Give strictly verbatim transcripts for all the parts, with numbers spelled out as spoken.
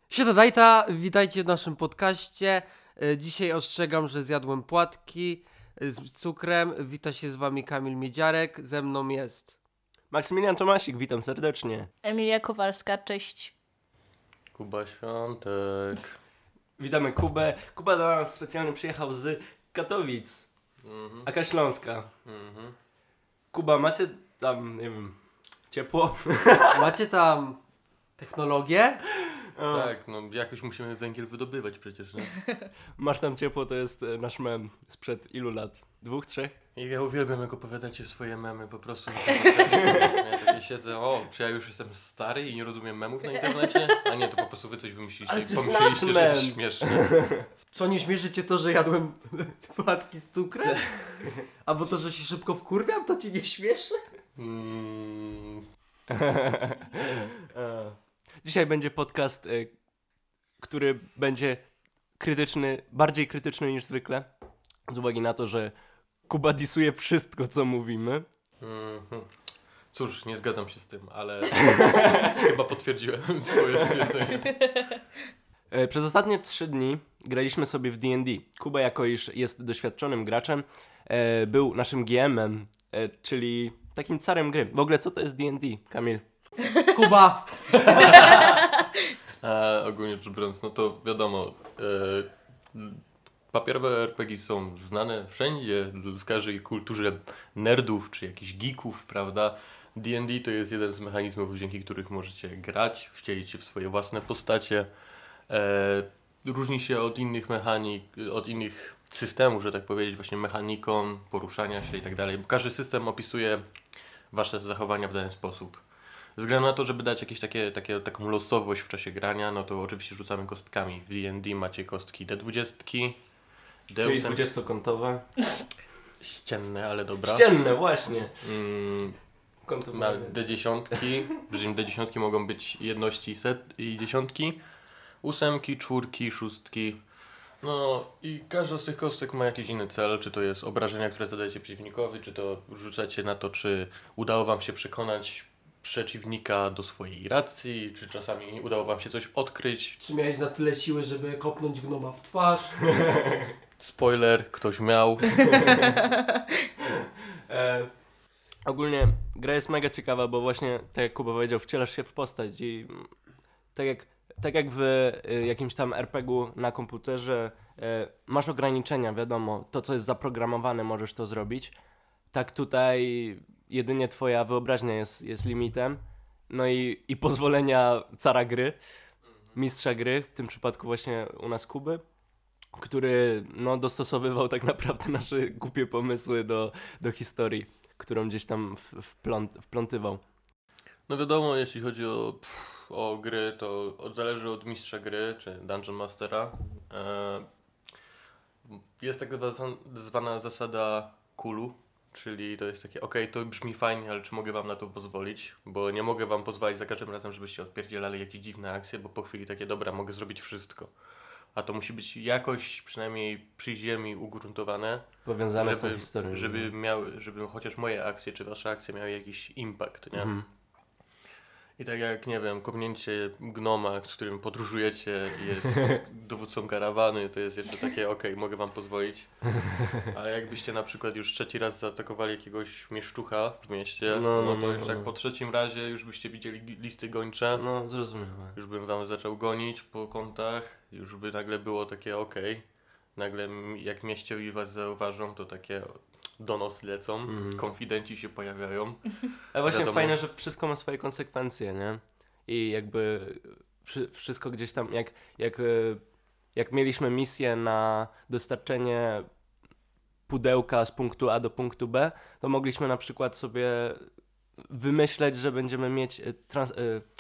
Siada Dajta, witajcie w naszym podcaście. Dzisiaj ostrzegam, że zjadłem płatki z cukrem. Wita się z wami Kamil Miedziarek, ze mną jest Maksymilian Tomasik, witam serdecznie. Emilia Kowalska, cześć. Kuba Świątek. Witamy Kubę. Kuba do nas specjalnie przyjechał z Katowic, Mhm. Aka Śląska. Mhm. Kuba, macie tam, nie wiem, ciepło? Macie tam technologię? O, Tak, no jakoś musimy węgiel wydobywać przecież, nie? Masz tam ciepło, to jest e, nasz mem sprzed ilu lat? Dwóch, trzech? I ja uwielbiam, jak opowiadacie swoje memy, po prostu. Ja takie siedzę, o, czy ja już jestem stary i nie rozumiem memów na internecie? A nie, to po prostu wy coś wymyśliliście Ale i to jest pomyśleliście, nasz że jest mem. śmieszne. Co, nie śmieszycie to, że jadłem płatki z cukrem? Albo to, że się szybko wkurwiam, to ci nie śmieszy? Mm, E, Dzisiaj będzie podcast, e, który będzie krytyczny, bardziej krytyczny niż zwykle. Z uwagi na to, że Kuba disuje wszystko, co mówimy. mhm. Cóż, nie zgadzam się z tym, ale chyba potwierdziłem swoje stwierdzenie. E, Przez ostatnie trzy dni graliśmy sobie w D and D. Kuba, jako iż jest doświadczonym graczem, e, był naszym G M-em, e, czyli takim carem gry. W ogóle co to jest D and D, Kamil? Kuba! A ogólnie rzecz biorąc, no to wiadomo, e, papierowe R P G są znane wszędzie, w każdej kulturze nerdów czy jakichś geeków, prawda? D and D to jest jeden z mechanizmów, dzięki których możecie grać, wcielić się w swoje własne postacie. E, różni się od innych mechanik, od innych systemów, że tak powiedzieć, właśnie mechaniką, poruszania się i tak dalej, bo każdy system opisuje wasze zachowania w dany sposób. Ze względu na to, żeby dać jakieś takie, takie, taką losowość w czasie grania, no to oczywiście rzucamy kostkami. W D and D macie kostki D dwadzieścia, Czyli Deusem dwudziestokątowe. ścienne, ale dobra. Ścienne, właśnie. Mm, ma Kątowe. D dziesięć, przy czym D dziesięć mogą być jedności set i dziesiątki, ósemki, czwórki, szóstki. No i każda z tych kostek ma jakiś inny cel, czy to jest obrażenia, które zadajecie przeciwnikowi, czy to rzucacie na to, czy udało wam się przekonać przeciwnika do swojej racji, czy czasami udało wam się coś odkryć. Czy miałeś na tyle siły, żeby kopnąć gnoma w twarz? Spoiler, ktoś miał. E, ogólnie gra jest mega ciekawa, bo właśnie, tak jak Kuba powiedział, wcielasz się w postać i mm, tak jak, tak jak w y, jakimś tam er pe gie u na komputerze y, masz ograniczenia, wiadomo, to co jest zaprogramowane możesz to zrobić, tak tutaj jedynie twoja wyobraźnia jest, jest limitem, no i, i pozwolenia cara gry, mistrza gry, w tym przypadku właśnie u nas Kuby, który no, dostosowywał tak naprawdę nasze głupie pomysły do, do historii, którą gdzieś tam w, wpląt, wplątywał. No wiadomo, jeśli chodzi o, pff, o gry, to od, zależy od mistrza gry, czy Dungeon Mastera. E, jest taka zas- zwana zasada kulu, czyli to jest takie, okej, to brzmi fajnie, ale czy mogę wam na to pozwolić? Bo nie mogę wam pozwolić za każdym razem, żebyście odpierdzielali jakieś dziwne akcje, bo po chwili takie, dobra, mogę zrobić wszystko. A to musi być jakoś przynajmniej przy ziemi ugruntowane, Powiązane z tą żeby, historią. żeby miały, żeby chociaż moje akcje, czy wasze akcje miały jakiś impact, nie? Mhm. I tak jak, nie wiem, kopnięcie gnoma, z którym podróżujecie i jest dowódcą karawany, to jest jeszcze takie, okej, mogę wam pozwolić. Ale jakbyście na przykład już trzeci raz zaatakowali jakiegoś mieszczucha w mieście, No, no, no, to no, już no. jak po trzecim razie już byście widzieli gi- listy gończe, No, zrozumiałem. już bym wam zaczął gonić po kątach, już by nagle było takie, okej. Nagle m- jak mieście i was zauważą, to takie donosy lecą, Mhm. konfidenci się pojawiają. A właśnie Wiadomo. fajne, że wszystko ma swoje konsekwencje, nie? I jakby wszy, wszystko gdzieś tam, jak, jak, e, jak mieliśmy misję na dostarczenie pudełka z punktu A do punktu B, to mogliśmy na przykład sobie wymyśleć, że będziemy mieć e, trans, e,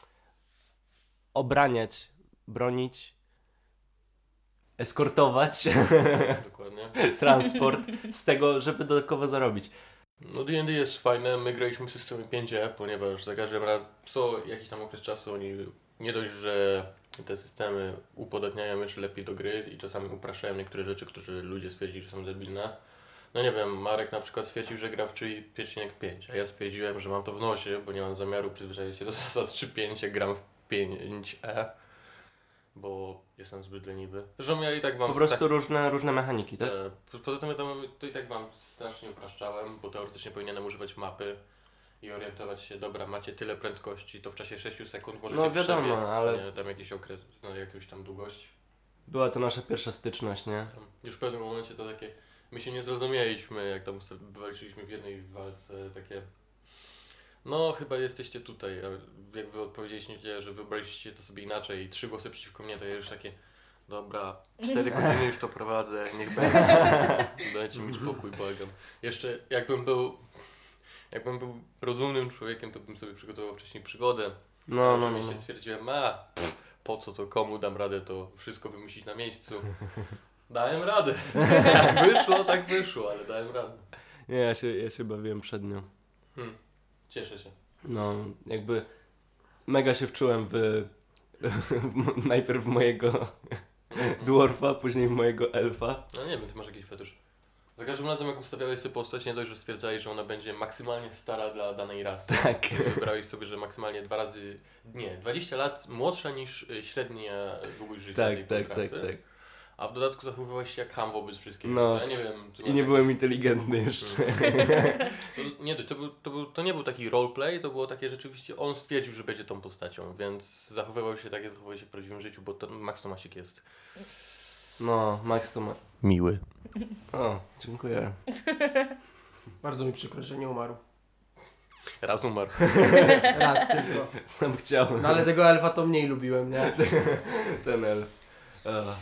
obraniać, bronić, eskortować Dokładnie. transport z tego, żeby dodatkowo zarobić. No D and D jest fajne, my graliśmy w systemie pięć E, ponieważ za każdym razem, co jakiś tam okres czasu oni nie dość, że te systemy upodobniają jeszcze lepiej do gry i czasami upraszają niektóre rzeczy, które ludzie stwierdzili, że są debilne. No nie wiem, Marek na przykład stwierdził, że gra w trzy pięć, a ja stwierdziłem, że mam to w nosie, bo nie mam zamiaru przyzwyczaić się do zasad trzy pięć, jak gram w pięć E. bo jestem zbyt leniwy. Zresztą ja i tak mam... Po prostu sta- różne, różne mechaniki, tak? e, po- Poza tym ja to, mam- to i tak wam strasznie upraszczałem, bo teoretycznie powinienem używać mapy i orientować się, dobra, macie tyle prędkości, to w czasie sześciu sekund możecie No wiadomo, przebiec, ale- nie, tam jakiś okres, no, jakąś tam długość. Była to nasza pierwsza styczność, nie? Tam już w pewnym momencie to takie, my się nie zrozumieliśmy, jak tam usta- walczyliśmy w jednej walce, takie, no chyba jesteście tutaj, a jak wy odpowiedzieliście, że wybraliście to sobie inaczej i trzy głosy przeciwko mnie, to ja już takie, dobra, cztery godziny już to prowadzę, niech będzie, dajcie mi spokój, błagam. Jeszcze jakbym był, jakbym był rozumnym człowiekiem, to bym sobie przygotował wcześniej przygodę. No, no, no. Oczywiście no. stwierdziłem, a pff, po co to, komu dam radę to wszystko wymyślić na miejscu. Dałem radę. Jak wyszło, tak wyszło, ale dałem radę. Nie, ja się, ja się bawiłem przed nią. Hmm. Cieszę się. No, jakby mega się wczułem w, w najpierw w mojego dwarfa, później w mojego elfa. No nie wiem, ty masz jakiś fetysz. Za każdym razem jak ustawiałeś sobie postać, nie dość, że stwierdzałeś, że ona będzie maksymalnie stara dla danej rasy. Tak. Wybrałeś sobie, że maksymalnie dwa razy, nie, dwadzieścia lat młodsza niż y, średnia długość życia Tak, tej tak, rasy. tak, tak. A w dodatku zachowywałeś się jak ham wobec wszystkich. No. Ja nie wiem. ty I masz nie jakieś- byłem inteligentny jeszcze. To, nie, to, był, to, był, to nie był taki roleplay, to było takie rzeczywiście, on stwierdził, że będzie tą postacią, więc zachowywał się tak, jak zachowywał się w prawdziwym życiu, bo to Max Tomasik jest No, Max to ma... miły. O, dziękuję. Bardzo mi przykro, że nie umarł. Raz umarł. Raz tylko. Sam chciałem. No ale tego elfa to mniej lubiłem, nie? Ten elf. O.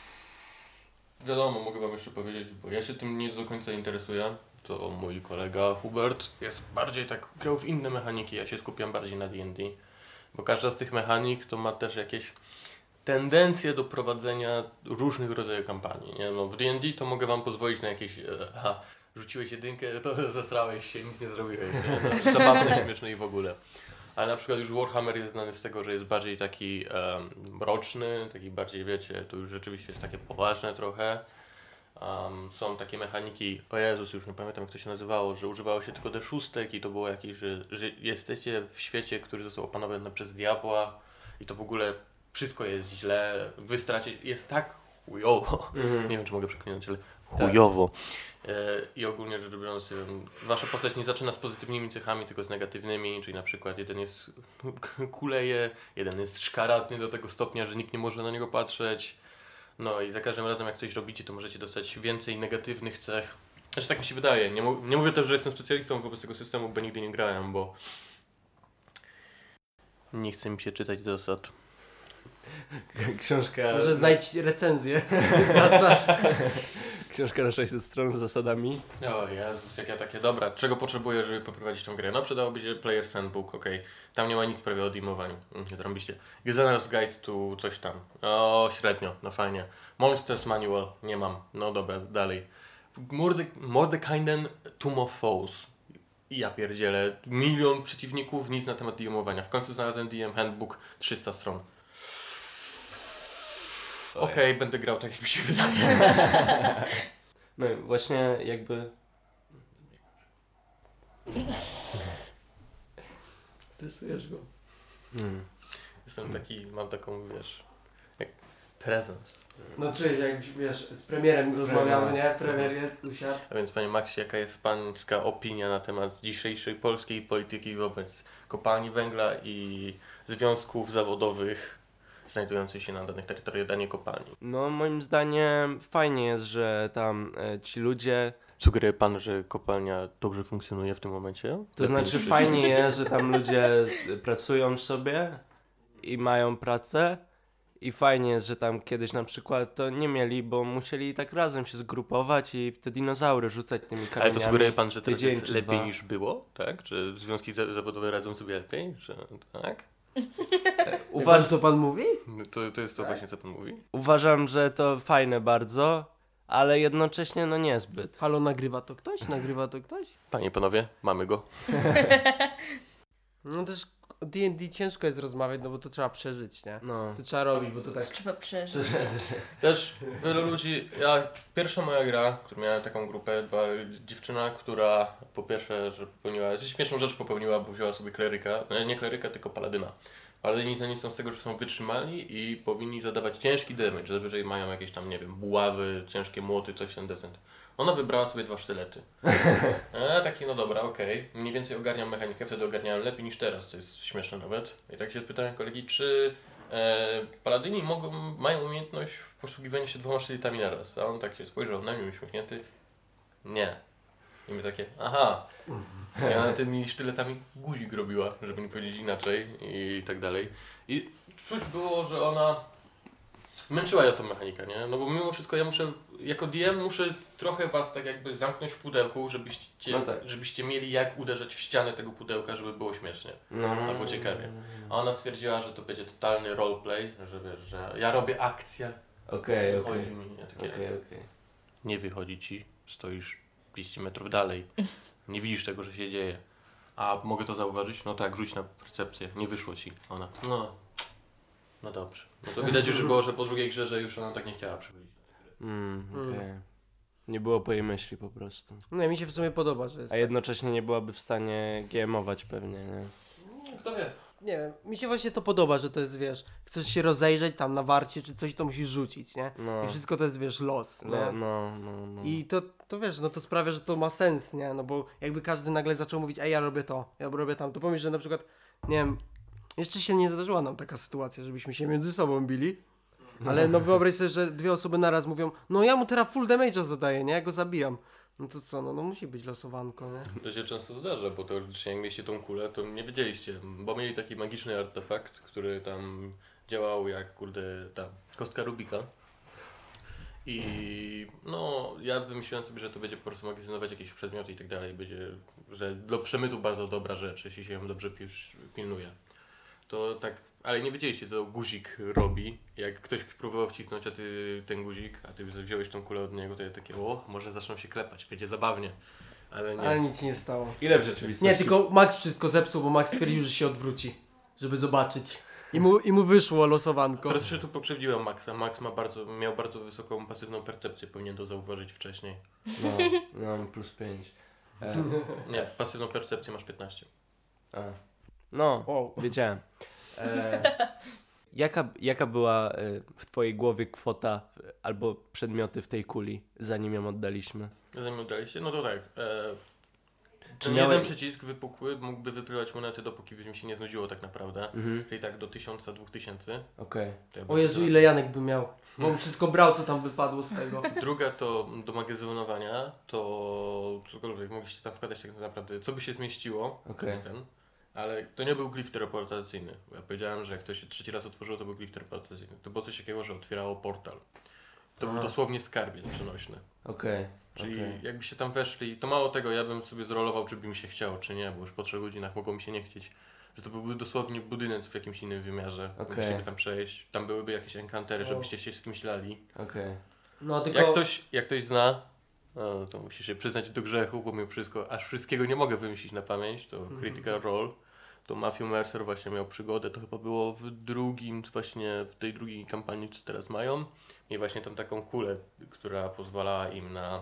Wiadomo, mogę wam jeszcze powiedzieć, bo ja się tym nie do końca interesuję. To mój kolega Hubert jest bardziej tak grał w inne mechaniki, ja się skupiam bardziej na D and D. Bo każda z tych mechanik to ma też jakieś tendencje do prowadzenia różnych rodzajów kampanii. Nie? No, w D and D to mogę wam pozwolić na jakieś e, aha, rzuciłeś jedynkę, to zasrałeś się, nic nie zrobiłeś. Nie? No, zabawne, śmieszne i w ogóle. Ale na przykład już Warhammer jest znany z tego, że jest bardziej taki um, mroczny, taki bardziej, wiecie, to już rzeczywiście jest takie poważne trochę. Um, są takie mechaniki, o Jezus, już nie pamiętam jak to się nazywało, że używało się tylko D sześć i to było jakieś, że, że jesteście w świecie, który został opanowany przez diabła i to w ogóle wszystko jest źle, wy stracie, jest tak chujowo, Mhm. nie wiem czy mogę przeklinać, ale chujowo. E, I ogólnie rzecz biorąc, em, wasza postać nie zaczyna z pozytywnymi cechami, tylko z negatywnymi, czyli na przykład jeden jest kuleje, jeden jest szkaradny do tego stopnia, że nikt nie może na niego patrzeć. No i za każdym razem jak coś robicie, to możecie dostać więcej negatywnych cech. Znaczy tak mi się wydaje, nie, mu- nie mówię też, że jestem specjalistą wobec tego systemu, bo nigdy nie grałem, bo nie chce mi się czytać zasad. Książka... Może znajdź recenzję. Zasad. Książka na sześćset stron z zasadami. O Jezus, jak ja takie, dobra, czego potrzebuję, żeby poprowadzić tą grę? No przydałoby się Player's Handbook, okej. Tam nie ma nic prawie o dimowaniu, mm, nie trąbiście. Beginner's Guide to coś tam. O, średnio, no fajnie. Monsters Manual, nie mam. No dobra, dalej. Morde- Mordekainen Tomb of Foes. I ja pierdzielę, milion przeciwników, nic na temat dimowania. W końcu znalazłem D M Handbook, trzysta stron. Okej, będę grał tak jak mi się wydaje. No i właśnie jakby... Stresujesz go. Hmm. Jestem taki, mam taką, wiesz, jak presence. No czuję, jak wiesz, z premierem rozmawiamy, nie? Premier jest, usiadł. A więc panie Maxie, jaka jest pańska opinia na temat dzisiejszej polskiej polityki wobec kopalni węgla i związków zawodowych znajdujących się na danych terytoriach danej kopalni? No moim zdaniem fajnie jest, że tam e, ci ludzie... Sugeruje pan, że kopalnia dobrze funkcjonuje w tym momencie? To znaczy fajnie jest, że tam ludzie pracują sobie i mają pracę i fajnie jest, że tam kiedyś na przykład to nie mieli, bo musieli tak razem się zgrupować i w te dinozaury rzucać tymi Ale kamieniami. to sugeruje pan, że teraz tydzień jest czy lepiej dwa. niż było, tak? Że związki za- zawodowe radzą sobie lepiej? Że tak? Uważ, co pan mówi? No to, to jest to właśnie, co pan mówi? Uważam, że to fajne bardzo, ale jednocześnie no niezbyt. Halo, nagrywa to ktoś? Nagrywa to ktoś? Panie i panowie, mamy go. No też o D and D ciężko jest rozmawiać, no bo to trzeba przeżyć, nie? No. To trzeba robić, bo to tak... Trzeba przeżyć. Też wielu ludzi, ja, pierwsza moja gra, która miała taką grupę, była dziewczyna, która po pierwsze, że popełniła, śmieszną rzecz popełniła, bo wzięła sobie kleryka, nie kleryka, tylko paladyna. Paladyni znani są z tego, że są wytrzymali i powinni zadawać ciężki damage. Zazwyczaj mają jakieś tam, nie wiem, buławy, ciężkie młoty, coś w ten desent. Ona wybrała sobie dwa sztylety. A taki, no dobra, okej. Okay. Mniej więcej ogarniam mechanikę, wtedy ogarniałem lepiej niż teraz, co jest śmieszne nawet. I tak się spytałem kolegi, czy e, paladyni mogą, mają umiejętność posługiwania się dwoma sztyletami na raz. A on tak się spojrzał na mnie, uśmiechnięty. Nie. I my takie, aha. I ona tymi sztyletami guzik robiła, żeby nie powiedzieć inaczej i tak dalej. I czuć było, że ona męczyła ją tą mechanikę, nie? No bo mimo wszystko ja muszę, jako D M muszę trochę was tak jakby zamknąć w pudełku, żebyście, No tak. żebyście mieli jak uderzać w ścianę tego pudełka, żeby było śmiesznie. No, no, Albo ciekawie. A ona stwierdziła, że to będzie totalny roleplay, że wiesz, że ja robię akcję. Okej, wychodzi okej. mi, ja takie, Okej, okej. nie wychodzi ci, stoisz pięćdziesiąt metrów dalej, nie widzisz tego, że się dzieje. A mogę to zauważyć? No tak, rzuć na percepcję, nie wyszło ci. Ona, no, no dobrze. No to widać już było, że po drugiej grze, że już ona tak nie chciała przychodzić. Mm, Mm. okej. Nie było po jej myśli po prostu. No mi się w sumie podoba, że jest A jednocześnie nie byłaby w stanie G M ować pewnie, nie? Kto wie? Nie wiem, mi się właśnie to podoba, że to jest, wiesz, chcesz się rozejrzeć tam na warcie czy coś, to musisz rzucić, nie? No, I wszystko to jest, wiesz, los, nie? no, no, no, no. I to, to wiesz, no to sprawia, że to ma sens, nie? No bo jakby każdy nagle zaczął mówić, ej, ja robię to, ja robię tam, to pomyśl, że na przykład, nie wiem, jeszcze się nie zdarzyła nam taka sytuacja, żebyśmy się między sobą bili, ale no wyobraź sobie, że dwie osoby naraz mówią, no ja mu teraz full damage'a zadaję, nie? Ja go zabijam. No to co, no, no musi być losowanko, nie? To się często zdarza, bo teoretycznie jak mieliście tą kulę, to nie wiedzieliście, bo mieli taki magiczny artefakt, który tam działał jak, kurde, ta kostka Rubika. I no, ja wymyśliłem sobie, że to będzie po prostu magazynować jakieś przedmioty i tak dalej, będzie, że do przemytu bardzo dobra rzecz, jeśli się ją dobrze pil- pilnuje. To tak, ale nie wiedzieliście, co guzik robi. Jak ktoś próbował wcisnąć, a ty ten guzik, a ty wziąłeś tą kulę od niego, to ja takie, o, może zaczną się klepać, będzie zabawnie. Ale nie. Ale nic się nie stało. Ile w rzeczywistości? Nie, tylko Max wszystko zepsuł, bo Max stwierdził, że się odwróci, żeby zobaczyć. I mu, i mu wyszło losowanko. Troszeczkę tu pokrzywdziłem Maxa. Max ma bardzo, miał bardzo wysoką pasywną percepcję, powinien to zauważyć wcześniej. No, no plus pięć. E, Nie, pasywną percepcję masz piętnaście. a. No, Wow. wiedziałem. E, jaka, jaka była e, w twojej głowie kwota e, albo przedmioty w tej kuli, zanim ją oddaliśmy? Zanim oddaliście? No to tak. E, Czy ten miałem- jeden przycisk wypukły mógłby wyprywać monety, dopóki by mi się nie znudziło tak naprawdę. Mhm, Czyli tak do tysiąca, dwóch tysięcy. okej. To ja bym O Jezu, wziął. ile Janek by miał. Bo on wszystko brał, co tam wypadło z tego. Druga to do magazynowania, to cokolwiek mogliście tam wkładać tak naprawdę, co by się zmieściło. Okej. Ten, ale to nie był glif teleportacyjny. Ja powiedziałem, że jak to się trzeci raz otworzyło, to był glif teleportacyjny. To było coś takiego, że otwierało portal. To był A. dosłownie skarbiec przenośny. Okej. Czyli okej. jakbyście tam weszli, to mało tego, ja bym sobie zrolował, czy by mi się chciało, czy nie, bo już po trzech godzinach mogło mi się nie chcieć. Że to byłby dosłownie budynek w jakimś innym wymiarze. Okej. Mogliście by tam przejść, tam byłyby jakieś enkantery, O. żebyście się z kimś lali. Okej. No tylko... Jak ktoś, jak ktoś zna, no, to musi się przyznać do grzechu, bo mimo wszystko, aż wszystkiego nie mogę wymyślić na pamięć, to Critical Role. To Matthew Mercer właśnie miał przygodę, to chyba było w drugim, właśnie w tej drugiej kampanii, co teraz mają. I właśnie tam taką kulę, która pozwalała im na,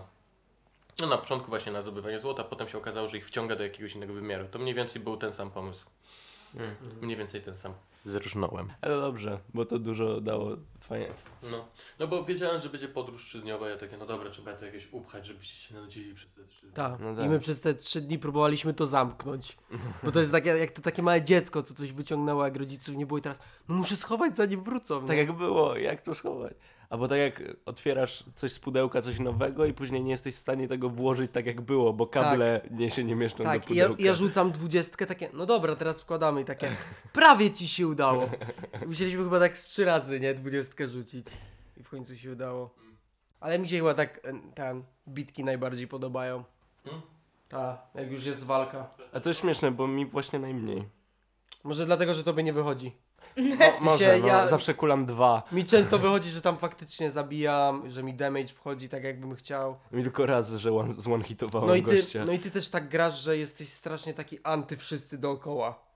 no na początku właśnie na zdobywanie złota, potem się okazało, że ich wciąga do jakiegoś innego wymiaru. To mniej więcej był ten sam pomysł. Mm. Mniej więcej ten sam. Zrżnąłem. Ale dobrze, bo to dużo dało fajnie. No. no bo wiedziałem, że będzie podróż trzydniowa, ja takie, no dobra, trzeba to jakieś upchać, żebyście się nudzili przez te trzy dni. Tak. No I tak. my przez te trzy dni próbowaliśmy to zamknąć. Bo to jest takie, jak to takie małe dziecko, co coś wyciągnęło, jak rodziców nie było i teraz, no muszę schować zanim wrócą. Tak nie? jak było, jak to schować? Albo tak jak otwierasz coś z pudełka, coś nowego i później nie jesteś w stanie tego włożyć tak jak było, bo kable nie się nie mieszczą do Tak, i ja, pudełka. i ja rzucam dwudziestkę, takie, no dobra, teraz wkładamy i takie, prawie ci się udało. I musieliśmy chyba tak z trzy razy, nie, dwudziestkę rzucić. I w końcu się udało. Ale mi się chyba tak, e, ten, bitki najbardziej podobają. Hmm? Tak, jak już jest walka. A to jest śmieszne, bo mi właśnie najmniej. Może dlatego, że tobie nie wychodzi. No, sensie może, no, ja- zawsze kulam dwa. Mi często wychodzi, że tam faktycznie zabijam, że mi damage wchodzi tak jakbym chciał. Mi tylko raz, że one, zone-hitowałem No i, ty, gościa. no i ty też tak grasz, że jesteś strasznie taki anty wszyscy dookoła.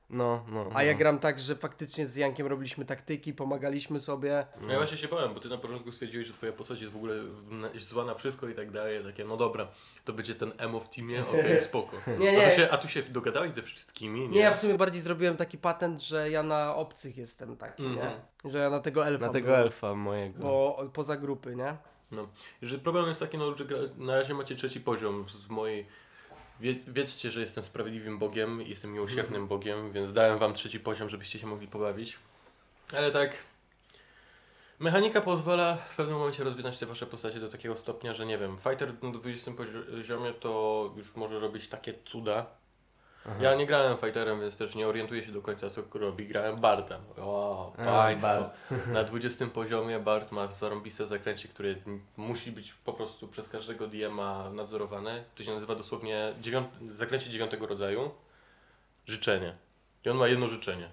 No, no. A ja no. gram tak, że faktycznie z Jankiem robiliśmy taktyki, pomagaliśmy sobie. No ja właśnie się bałem, bo ty na początku stwierdziłeś, że twoja postać jest w ogóle w- jest zła na wszystko i tak dalej. Takie, no dobra, to będzie ten emo w teamie, okej, spoko. Nie, A nie. tu, się, a tu się dogadałeś ze wszystkimi, nie? Nie, ja w sumie bardziej zrobiłem taki patent, że ja na obcych jestem taki, Mhm. nie? Że ja na tego elfa Na tego byłem, elfa mojego. Bo poza grupy, nie? No. Że problem jest taki, no, że gra, na razie macie trzeci poziom z mojej... Wie, wiedzcie, że jestem sprawiedliwym Bogiem i jestem miłosiernym Bogiem, więc dałem wam trzeci poziom, żebyście się mogli pobawić. Ale tak... Mechanika pozwala w pewnym momencie rozwinąć te wasze postacie do takiego stopnia, że nie wiem, fighter na dwudziestym poziomie to już może robić takie cuda. Aha. Ja nie grałem fighterem, więc też nie orientuję się do końca, co robi. Grałem Bardem. O, A, Bard. Bard. Na dwudziestym poziomie Bard ma zarąbiste zakręcie, które m- musi być po prostu przez każdego D M a nadzorowane. To się nazywa dosłownie dziewiąt... zakręcie dziewiątego rodzaju. Życzenie. I on ma jedno życzenie.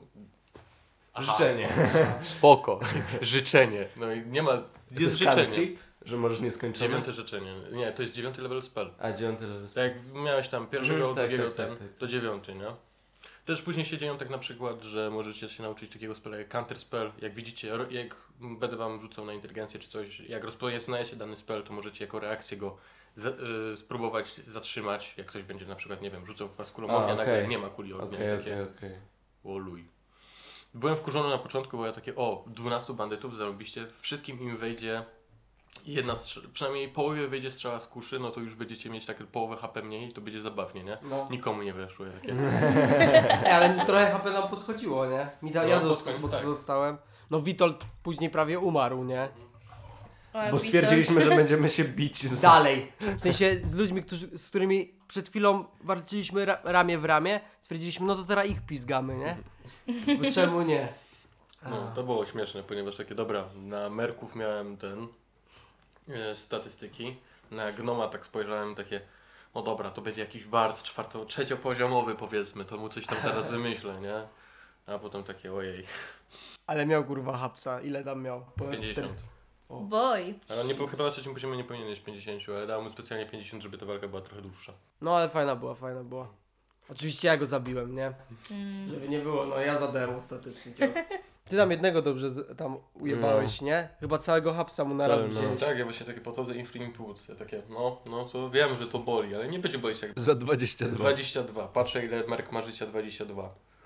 Aha. Życzenie. Spoko. Życzenie. No i nie ma... To Jest jest życzenie. cantrip, że możesz nieskończone? Dziewiąte życzenie. Nie, to jest dziewiąty level spell. A, dziewiąty level. Tak jak miałeś tam pierwszego, Mhm, tak, drugiego, tak, tak, ten, tak, tak. to dziewiąty, nie? Też później się dzieją tak na przykład, że możecie się nauczyć takiego spela jak counter spell. Jak widzicie, ro- jak będę wam rzucał na inteligencję czy coś, jak rozpoznajecie dany spell, to możecie jako reakcję go za, y, spróbować zatrzymać. Jak ktoś będzie na przykład, nie wiem, rzucał w was kulą A, ognia, okej. nagle nie ma kuli ognia. Okej, takie, okej, okej. o luj. Byłem wkurzony na początku, bo ja takie, o, dwunastu bandytów zarobiście, wszystkim im wejdzie jedna strze- przynajmniej połowie wyjdzie strzała z kuszy, no to już będziecie mieć takie połowę H P mniej i to będzie zabawnie, nie? No. Nikomu nie weszło takie. Nie, ale trochę H P nam poschodziło, nie? Mi da, No, ja pod dos- koniec bo tak. dostałem. No Witold później prawie umarł, nie? O, Bo Witold. stwierdziliśmy, że będziemy się bić z... Dalej. W sensie z ludźmi, którzy, z którymi przed chwilą walczyliśmy ra- ramię w ramię, stwierdziliśmy, no to teraz ich pizgamy, nie? Bo czemu nie? No, to było śmieszne, ponieważ takie, dobra, na Merków miałem ten e, statystyki, na Gnoma tak spojrzałem, takie, o dobra, to będzie jakiś bard czwarto, trzeciopoziomowy powiedzmy, to mu coś tam zaraz wymyślę, nie? A potem takie, ojej, Ale miał kurwa hapsa. Ile tam miał? Ponad pięćdziesiąt. Boj. Ale nie, po- chyba na trzecim poziomie nie powinien mieć pięćdziesiąt, ale dałem mu specjalnie pięćdziesiąt, żeby ta walka była trochę dłuższa. No ale fajna była, fajna była. Oczywiście ja go zabiłem, nie? Mm. Żeby nie było, no ja zadałem ostatecznie cios. Ty tam jednego dobrze z, tam ujebałeś, nie? Chyba całego hapsa mu na raz Cały, no. wziąłeś. Tak, ja właśnie takie podchodzę Infinite Woods, ja takie, no, no to wiem, że to boli, ale nie będzie boleć jak Za dwadzieścia dwa. dwadzieścia dwa. Patrzę ile Merk ma życia, dwadzieścia dwa.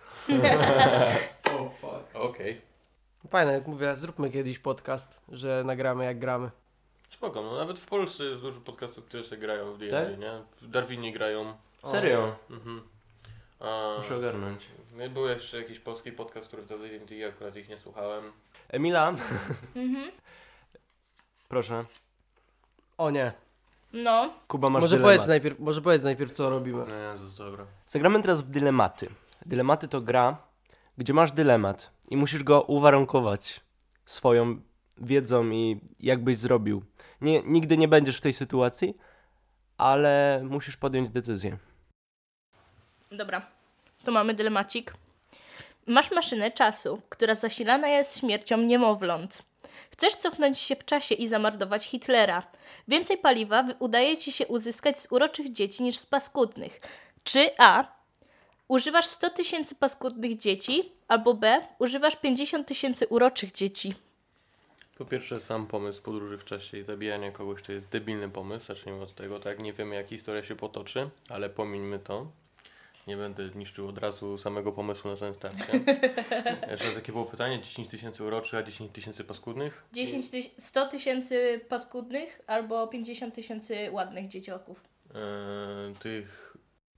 Oh fuck. Okej. Fajne, jak mówię, zróbmy kiedyś podcast, że nagramy jak gramy. Spoko, no nawet w Polsce jest dużo podcastów, które się grają w D and D, Tak? nie? W Darwinie grają. Serio? Mhm. A, Muszę ogarnąć. no i był jeszcze jakiś polski podcast, który w D and D, akurat ich nie słuchałem. Emila, Mhm. proszę. O nie. No. Kuba, masz Może dylemat. powiedz, najpierw, może powiedz najpierw co robimy. No Jezus, dobra. Zagramy teraz w dylematy. Dylematy to gra, gdzie masz dylemat i musisz go uwarunkować swoją wiedzą i jak byś zrobił. Nie, nigdy nie będziesz w tej sytuacji, ale musisz podjąć decyzję. Dobra. Tu mamy dylemacik. Masz maszynę czasu, która zasilana jest śmiercią niemowląt. Chcesz cofnąć się w czasie i zamordować Hitlera. Więcej paliwa wy- udaje ci się uzyskać z uroczych dzieci niż z paskudnych. Czy A. Używasz sto tysięcy paskudnych dzieci, albo B. Używasz pięćdziesiąt tysięcy uroczych dzieci. Po pierwsze, sam pomysł podróży w czasie i zabijania kogoś to jest debilny pomysł. Zacznijmy od tego, tak? Nie wiemy jak historia się potoczy, ale pomińmy to. Nie będę niszczył od razu samego pomysłu na samym starcie. Jeszcze raz, jakie było pytanie? dziesięć tysięcy uroczych, a dziesięć tysięcy paskudnych? dziesięć tyś- sto tysięcy paskudnych albo pięćdziesiąt tysięcy ładnych dzieciaków. Eee, tych...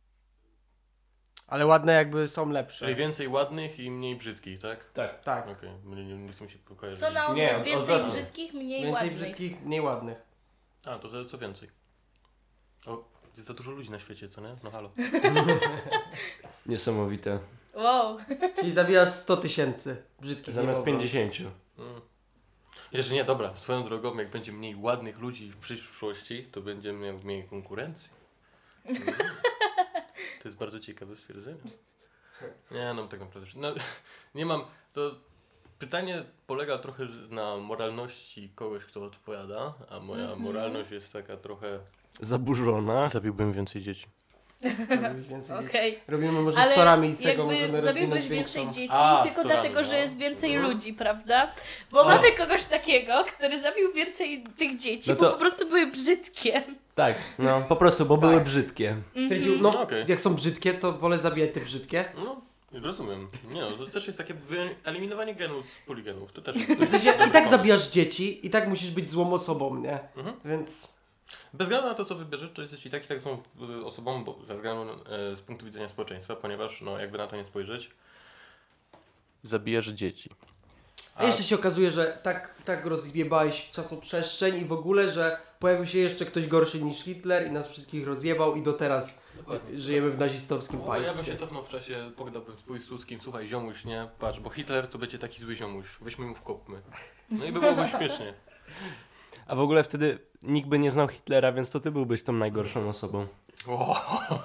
Ale ładne jakby są Czyli lepsze. więcej ładnych i mniej brzydkich, tak? Tak. Tak. Okej, okay. nie, nie chcę mi się pokojarzyć. Co na Nie, odwrót, więcej odwrotnie. brzydkich, mniej Więcej ładnych. brzydkich, mniej ładnych. A, to za- co więcej. O, jest za dużo ludzi na świecie, co nie? No halo. Niesamowite. Wow. Czyli zabijasz sto tysięcy brzydkich Zamiast niemowląt. pięćdziesięciu. Mm. Jeszcze nie, dobra, swoją drogą, jak będzie mniej ładnych ludzi w przyszłości, to będzie miał mniej konkurencji. Mm. To jest bardzo ciekawe stwierdzenie. Nie, no tak naprawdę. No, nie mam. To pytanie polega trochę na moralności kogoś, kto odpowiada, a moja Mhm. moralność jest taka trochę. Zaburzona. Zabiłbym więcej dzieci. Robiłbyś więcej dzieci. Okej. Robimy może Ale storami i z tego jakby możemy rozwinąć zabiłbyś większą. więcej dzieci, A, tylko storami, dlatego, że no. jest więcej Mhm. ludzi, prawda? Bo O. mamy kogoś takiego, który zabił więcej tych dzieci, No bo to- po prostu były brzydkie. Tak, no po prostu, bo były Tak. brzydkie. Stwierdził, no Okej. jak są brzydkie, to wolę zabijać te brzydkie. No, rozumiem. Nie no, to też jest takie wyeliminowanie genów z poligenów. To też W sensie, i tak zabijasz dzieci, i tak musisz być złą osobą, nie? Mhm. Więc... Bez względu na to, co wybierzesz, to jesteś i tak i tak są y, osobą, bo ze względu e, z punktu widzenia społeczeństwa, ponieważ, no jakby na to nie spojrzeć, zabijasz dzieci. A jeszcze się okazuje, że tak, tak rozjebałeś czasoprzestrzeń i w ogóle, że pojawił się jeszcze ktoś gorszy niż Hitler i nas wszystkich rozjebał i do teraz Dokładnie. żyjemy w nazistowskim O, ja bym się państwie. cofnął w czasie, pogadałbym z Piłsudskim, słuchaj ziomuś, nie? Patrz, bo Hitler to będzie taki zły ziomuś, weźmy mu wkopmy. No i by byłoby śmiesznie. A w ogóle wtedy nikt by nie znał Hitlera, więc to ty byłbyś tą najgorszą osobą. O.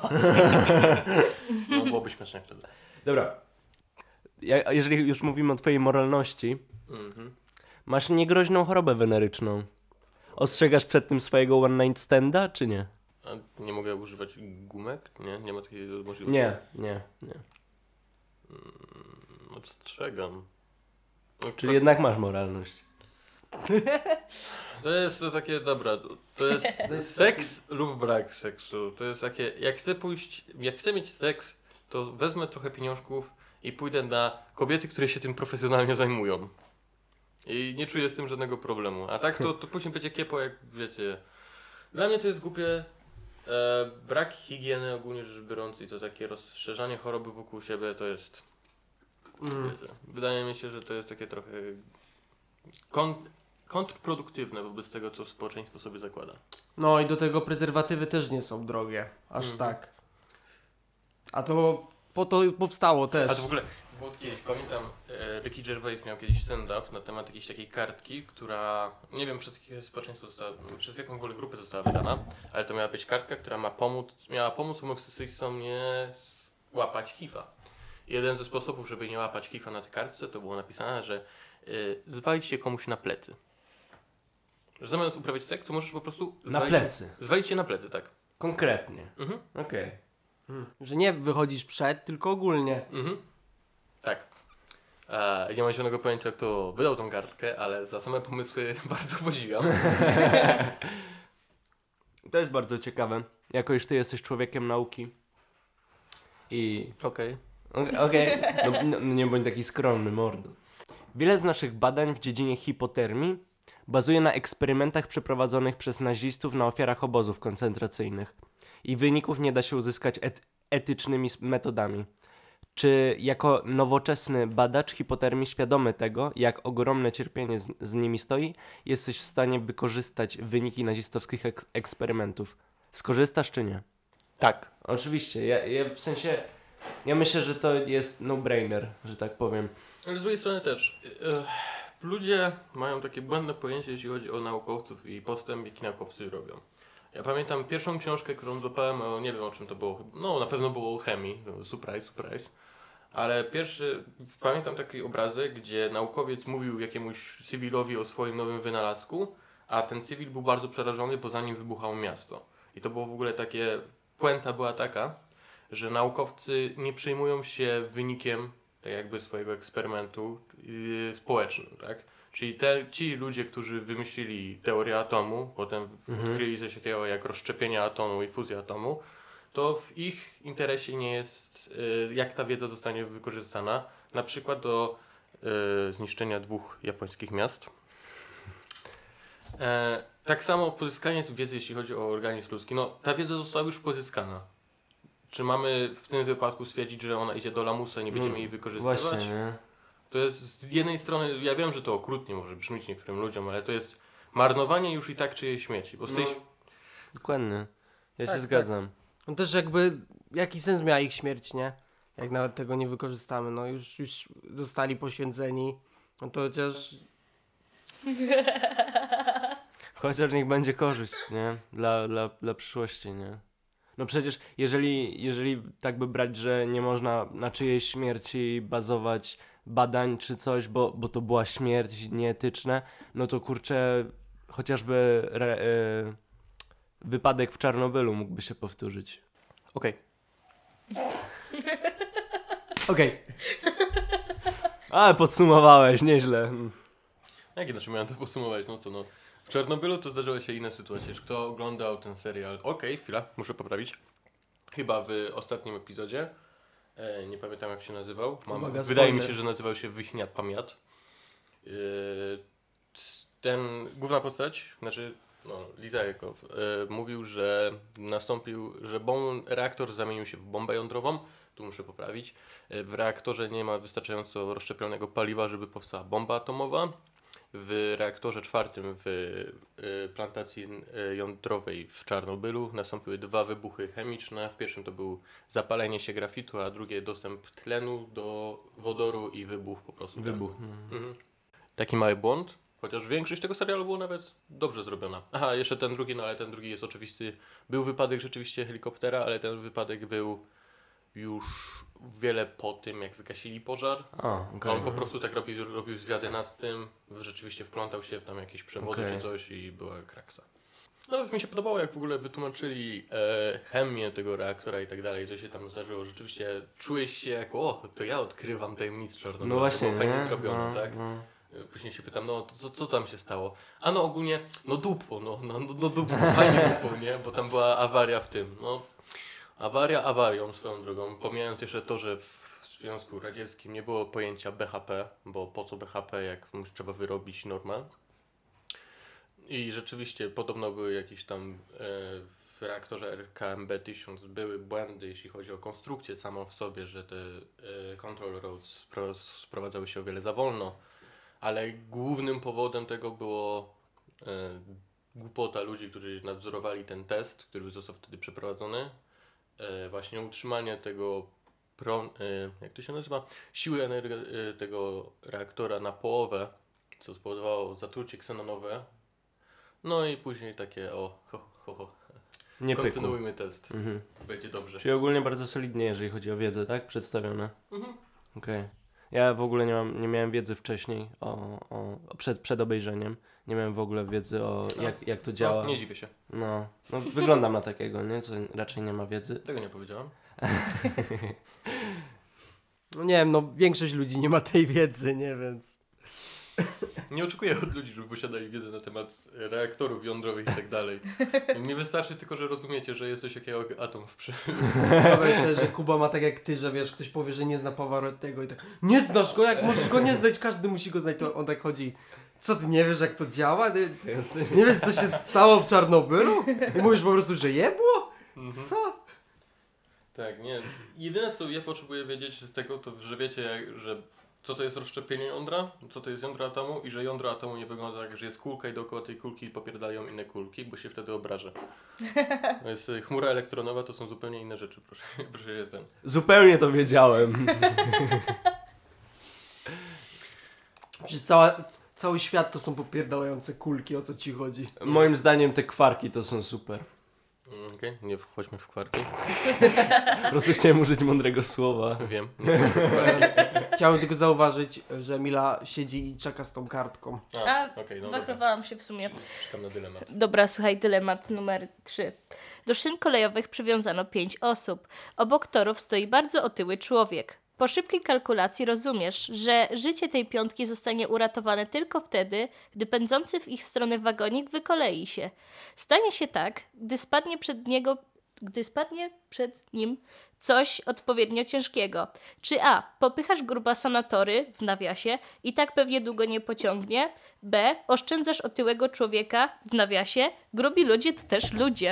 No byłoby śmiesznie wtedy. Dobra. Ja, jeżeli już mówimy o twojej moralności, Mhm. masz niegroźną chorobę weneryczną. Ostrzegasz przed tym swojego one night standa, czy nie? A nie mogę używać gumek? Nie? Nie ma takiej możliwości? Nie, nie, nie. Mm, Ostrzegam. No, Czyli jednak masz moralność. To jest to takie, dobra, to jest seks lub brak seksu. To jest takie, jak chcę pójść, jak chcę mieć seks, to wezmę trochę pieniążków i pójdę na kobiety, które się tym profesjonalnie zajmują. I nie czuję z tym żadnego problemu. A tak to, to później będzie kiepo, jak wiecie. Dla mnie to jest głupie. E, brak higieny ogólnie rzecz biorąc i to takie rozszerzanie choroby wokół siebie to jest... Mm. Wiecie, wydaje mi się, że to jest takie trochę kon, kontrproduktywne wobec tego, co społeczeństwo sobie zakłada. No i do tego prezerwatywy też nie są drogie, aż Mhm. tak. A to po to powstało też. A to w ogóle było kiedyś, pamiętam, e, Ricky Gervais miał kiedyś stand-up na temat jakiejś takiej kartki, która, nie wiem przez jakie społeczeństwo została, przez jaką w ogóle grupę została wydana, ale to miała być kartka, która ma pomóc, miała pomóc homoseksualistom nie łapać hiv-a. Jeden ze sposobów, żeby nie łapać hiv-a na tej kartce, to było napisane, że y, zwalić się komuś na plecy. Że zamiast uprawiać seks, to możesz po prostu Na zwalić, plecy. zwalić się na plecy, tak. Konkretnie. Mhm. Okej. Mm. Że nie wychodzisz przed, tylko ogólnie. Mhm. Tak. E, nie mam zielonego pojęcia, kto wydał tą kartkę, ale za same pomysły bardzo podziwiam. To jest bardzo ciekawe. Jako iż ty jesteś człowiekiem nauki. I... Okej. O- Okej, no, no, nie bądź taki skromny, mordo. Wiele z naszych badań w dziedzinie hipotermii bazuje na eksperymentach przeprowadzonych przez nazistów na ofiarach obozów koncentracyjnych. I wyników nie da się uzyskać et- etycznymi s- metodami. Czy jako nowoczesny badacz hipotermii świadomy tego, jak ogromne cierpienie z, z nimi stoi, jesteś w stanie wykorzystać wyniki nazistowskich ek- eksperymentów? Skorzystasz czy nie? Tak. Oczywiście, ja, ja w sensie, ja myślę, że to jest no-brainer, że tak powiem. Ale z drugiej strony też, e, ludzie mają takie błędne pojęcie, jeśli chodzi o naukowców i postęp, jaki naukowcy robią. Ja pamiętam pierwszą książkę, którą złapałem, o, nie wiem o czym to było, no na pewno było o chemii, no, surprise, surprise. Ale pierwszy, pamiętam taki obrazek, gdzie naukowiec mówił jakiemuś cywilowi o swoim nowym wynalazku, a ten cywil był bardzo przerażony, bo za nim wybuchało miasto. I to było w ogóle takie, puenta była taka, że naukowcy nie przejmują się wynikiem tak jakby swojego eksperymentu yy, społecznym, tak? Czyli te, ci ludzie, którzy wymyślili teorię atomu, potem Mhm. odkryli coś takiego jak rozszczepienie atomu i fuzję atomu, to w ich interesie nie jest, y, jak ta wiedza zostanie wykorzystana, na przykład do y, zniszczenia dwóch japońskich miast. E, tak samo pozyskanie wiedzy, jeśli chodzi o organizm ludzki, no ta wiedza została już pozyskana. Czy mamy w tym wypadku stwierdzić, że ona idzie do lamusa i nie będziemy No, jej wykorzystywać? Właśnie, nie? To jest z jednej strony, ja wiem, że to okrutnie może brzmieć niektórym ludziom, ale to jest marnowanie już i tak czyjejś śmierci. Bo z tej, No. Dokładnie. Ja Tak, się zgadzam. No też jakby, jaki sens miała ich śmierć, nie? Jak nawet tego nie wykorzystamy, no już, już zostali poświęceni, no to chociaż... Chociaż niech będzie korzyść, nie? Dla, dla, dla przyszłości, nie? No przecież jeżeli, jeżeli tak by brać, że nie można na czyjejś śmierci bazować badań czy coś, bo, bo to była śmierć nieetyczne, no to kurczę, chociażby re, e, wypadek w Czarnobylu mógłby się powtórzyć. Okej, Okej. Ale podsumowałeś, nieźle. Jak inaczej miałem to podsumować? No to no. W Czarnobylu to zdarzyły się inne sytuacje. Czy kto oglądał ten serial? Okej, chwila, muszę poprawić. Chyba w ostatnim epizodzie. E, nie pamiętam jak się nazywał. Mam, Uwaga, wydaje mi spoiler. się, że nazywał się Wychniat Pamiat. E, ten, główna postać, znaczy no, Liza Jakow, e, mówił, że nastąpił, że bom, reaktor zamienił się w bombę jądrową. Tu muszę poprawić. E, w reaktorze nie ma wystarczająco rozszczepionego paliwa, żeby powstała bomba atomowa. W reaktorze czwartym w y, plantacji y, jądrowej w Czarnobylu nastąpiły dwa wybuchy chemiczne. W pierwszym to był zapalenie się grafitu, a drugie dostęp tlenu do wodoru i wybuch po prostu. Wybuch. Mhm. Taki mały błąd, chociaż większość tego serialu było nawet dobrze zrobiona. Aha, jeszcze ten drugi, no ale ten drugi jest oczywisty. Był wypadek rzeczywiście helikoptera, ale ten wypadek był już wiele po tym, jak zgasili pożar. A, okej. On po prostu tak robił, robił zwiady nad tym, rzeczywiście wplątał się w tam jakieś przewody Okej. czy coś i była kraksa. No mi się podobało, jak w ogóle wytłumaczyli e, chemię tego reaktora i tak dalej, co się tam zdarzyło. Rzeczywiście czułeś się jak, o, to ja odkrywam tajemnicę Czarnobyla. No właśnie, to było fajnie nie? zrobione, No, tak? no. Później się pytam, no to co, co tam się stało? A no ogólnie, no dupo, no, no, no, no dupo, fajnie dupo, nie? Bo tam była awaria w tym, no. Awaria awarią swoją drogą, pomijając jeszcze to, że w w Związku Radzieckim nie było pojęcia B H P, bo po co B H P, jak już trzeba wyrobić normę. I rzeczywiście podobno były jakieś tam e, w reaktorze R K M B tysiąc były błędy, jeśli chodzi o konstrukcję samą w sobie, że te e, control roads spro, sprowadzały się o wiele za wolno, ale głównym powodem tego było e, głupota ludzi, którzy nadzorowali ten test, który został wtedy przeprowadzony. E, właśnie utrzymanie tego Pro, y, jak to się nazywa? Siły energe- y, tego reaktora na połowę, co spowodowało zatrucie ksenonowe. No i później takie o, ho, ho, ho. Nie pykło. Kontynuujmy test. Mhm. Będzie dobrze. Czyli ogólnie bardzo solidnie, jeżeli chodzi o wiedzę, tak? Przedstawione. Mhm. Okej. Ja w ogóle nie, mam, nie miałem wiedzy wcześniej o, o, o przed, przed obejrzeniem. Nie miałem w ogóle wiedzy o No. jak, jak to działa. No, nie dziwię się. No, no wyglądam na takiego, nie? Co raczej nie ma wiedzy. Tego nie powiedziałem. No nie wiem, no większość ludzi nie ma tej wiedzy, nie, więc... Nie oczekuję od ludzi, żeby posiadali wiedzę na temat reaktorów jądrowych i tak dalej. Nie wystarczy tylko, że rozumiecie, że jest coś jakiego atom w przy... Wyobraź sobie, że Kuba ma tak jak ty, że wiesz, ktoś powie, że nie zna Pawarottiego i tak nie znasz go, jak możesz go nie znać, każdy musi go znać, to on tak chodzi. Co, ty nie wiesz jak to działa? Ty, nie wiesz co się stało w Czarnobylu? I mówisz po prostu, że jebło? Co? Tak, nie. Jedyne co ja potrzebuję wiedzieć z tego, to że wiecie, jak, że co to jest rozszczepienie jądra, co to jest jądro atomu i że jądro atomu nie wygląda tak, że jest kulka i dookoła tej kulki popierdają inne kulki, bo się wtedy obraża. To jest y, chmura elektronowa, to są zupełnie inne rzeczy, proszę, proszę się ten. Zupełnie to wiedziałem. Przecież cała, cały świat to są popierdalające kulki, o co ci chodzi? Moim zdaniem te kwarki to są super. Mm, Okej, okay, nie wchodźmy w kwarki. Po prostu chciałem użyć mądrego słowa. Wiem. Nie wchodźmy w kwarki. Chciałem tylko zauważyć, że Mila siedzi i czeka z tą kartką. A, A, okej, okay, no dobra. wachrowałam się w sumie. Czekam na dylemat. Dobra, słuchaj, dylemat numer trzy. Do szyn kolejowych przywiązano pięć osób. Obok torów stoi bardzo otyły człowiek. Po szybkiej kalkulacji rozumiesz, że życie tej piątki zostanie uratowane tylko wtedy, gdy pędzący w ich stronę wagonik wykolei się. Stanie się tak, gdy spadnie przed niego, gdy spadnie przed nim coś odpowiednio ciężkiego. Czy A. Popychasz grubasa na tory, w nawiasie, i tak pewnie długo nie pociągnie. B. Oszczędzasz otyłego człowieka, w nawiasie. Grubi ludzie to też ludzie.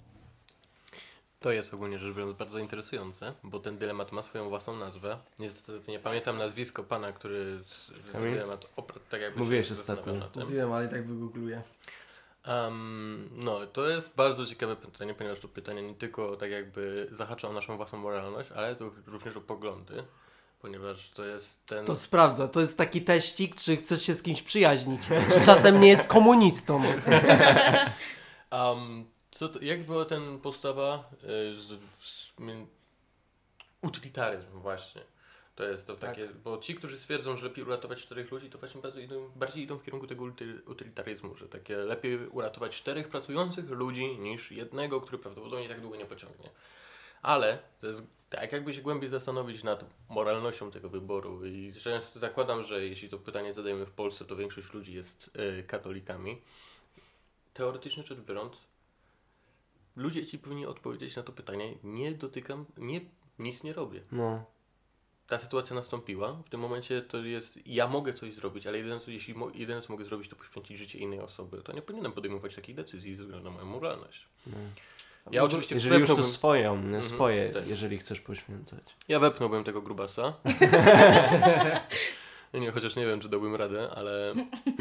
To jest ogólnie rzecz biorąc bardzo interesujące, bo ten dylemat ma swoją własną nazwę. Niestety nie pamiętam nazwisko pana, który z- ten Kamil? dylemat opra- tak jakby Mówiłeś się ostatnio. zastanawiał na tym. Mówiłem, ale i tak wygoogluję. Um, no, to jest bardzo ciekawe pytanie, ponieważ to pytanie nie tylko tak jakby zahacza o naszą własną moralność, ale to również o poglądy, ponieważ to jest ten... To sprawdza, to jest taki teścik, czy chcesz się z kimś przyjaźnić, czy czasem nie jest komunistą. Um, co to, jak była ten postawa? Y, z, z, mi- utilitaryzm właśnie. To jest to Tak. takie, bo ci, którzy stwierdzą, że lepiej uratować czterech ludzi, to właśnie bardzo idą, bardziej idą w kierunku tego uty- utylitaryzmu, że takie lepiej uratować czterech pracujących ludzi niż jednego, który prawdopodobnie tak długo nie pociągnie. Ale to jest, tak jakby się głębiej zastanowić nad moralnością tego wyboru i często zakładam, że jeśli to pytanie zadajemy w Polsce, to większość ludzi jest y, katolikami. Teoretycznie rzecz biorąc, ludzie ci powinni odpowiedzieć na to pytanie, nie dotykam, nie, nic nie robię. No. Ta sytuacja nastąpiła, w tym momencie to jest, ja mogę coś zrobić, ale jedyne co, jeśli mo, jedyne co mogę zrobić, to poświęcić życie innej osoby, to nie powinienem podejmować takich decyzji ze względu na moją moralność. no. Ja oczywiście Jeżeli już to wepnąłbym, swoją, nie Mhm, swoje, tak. jeżeli chcesz poświęcać. ja wepnąłbym tego grubasa. nie, chociaż nie wiem, czy dałbym radę, ale...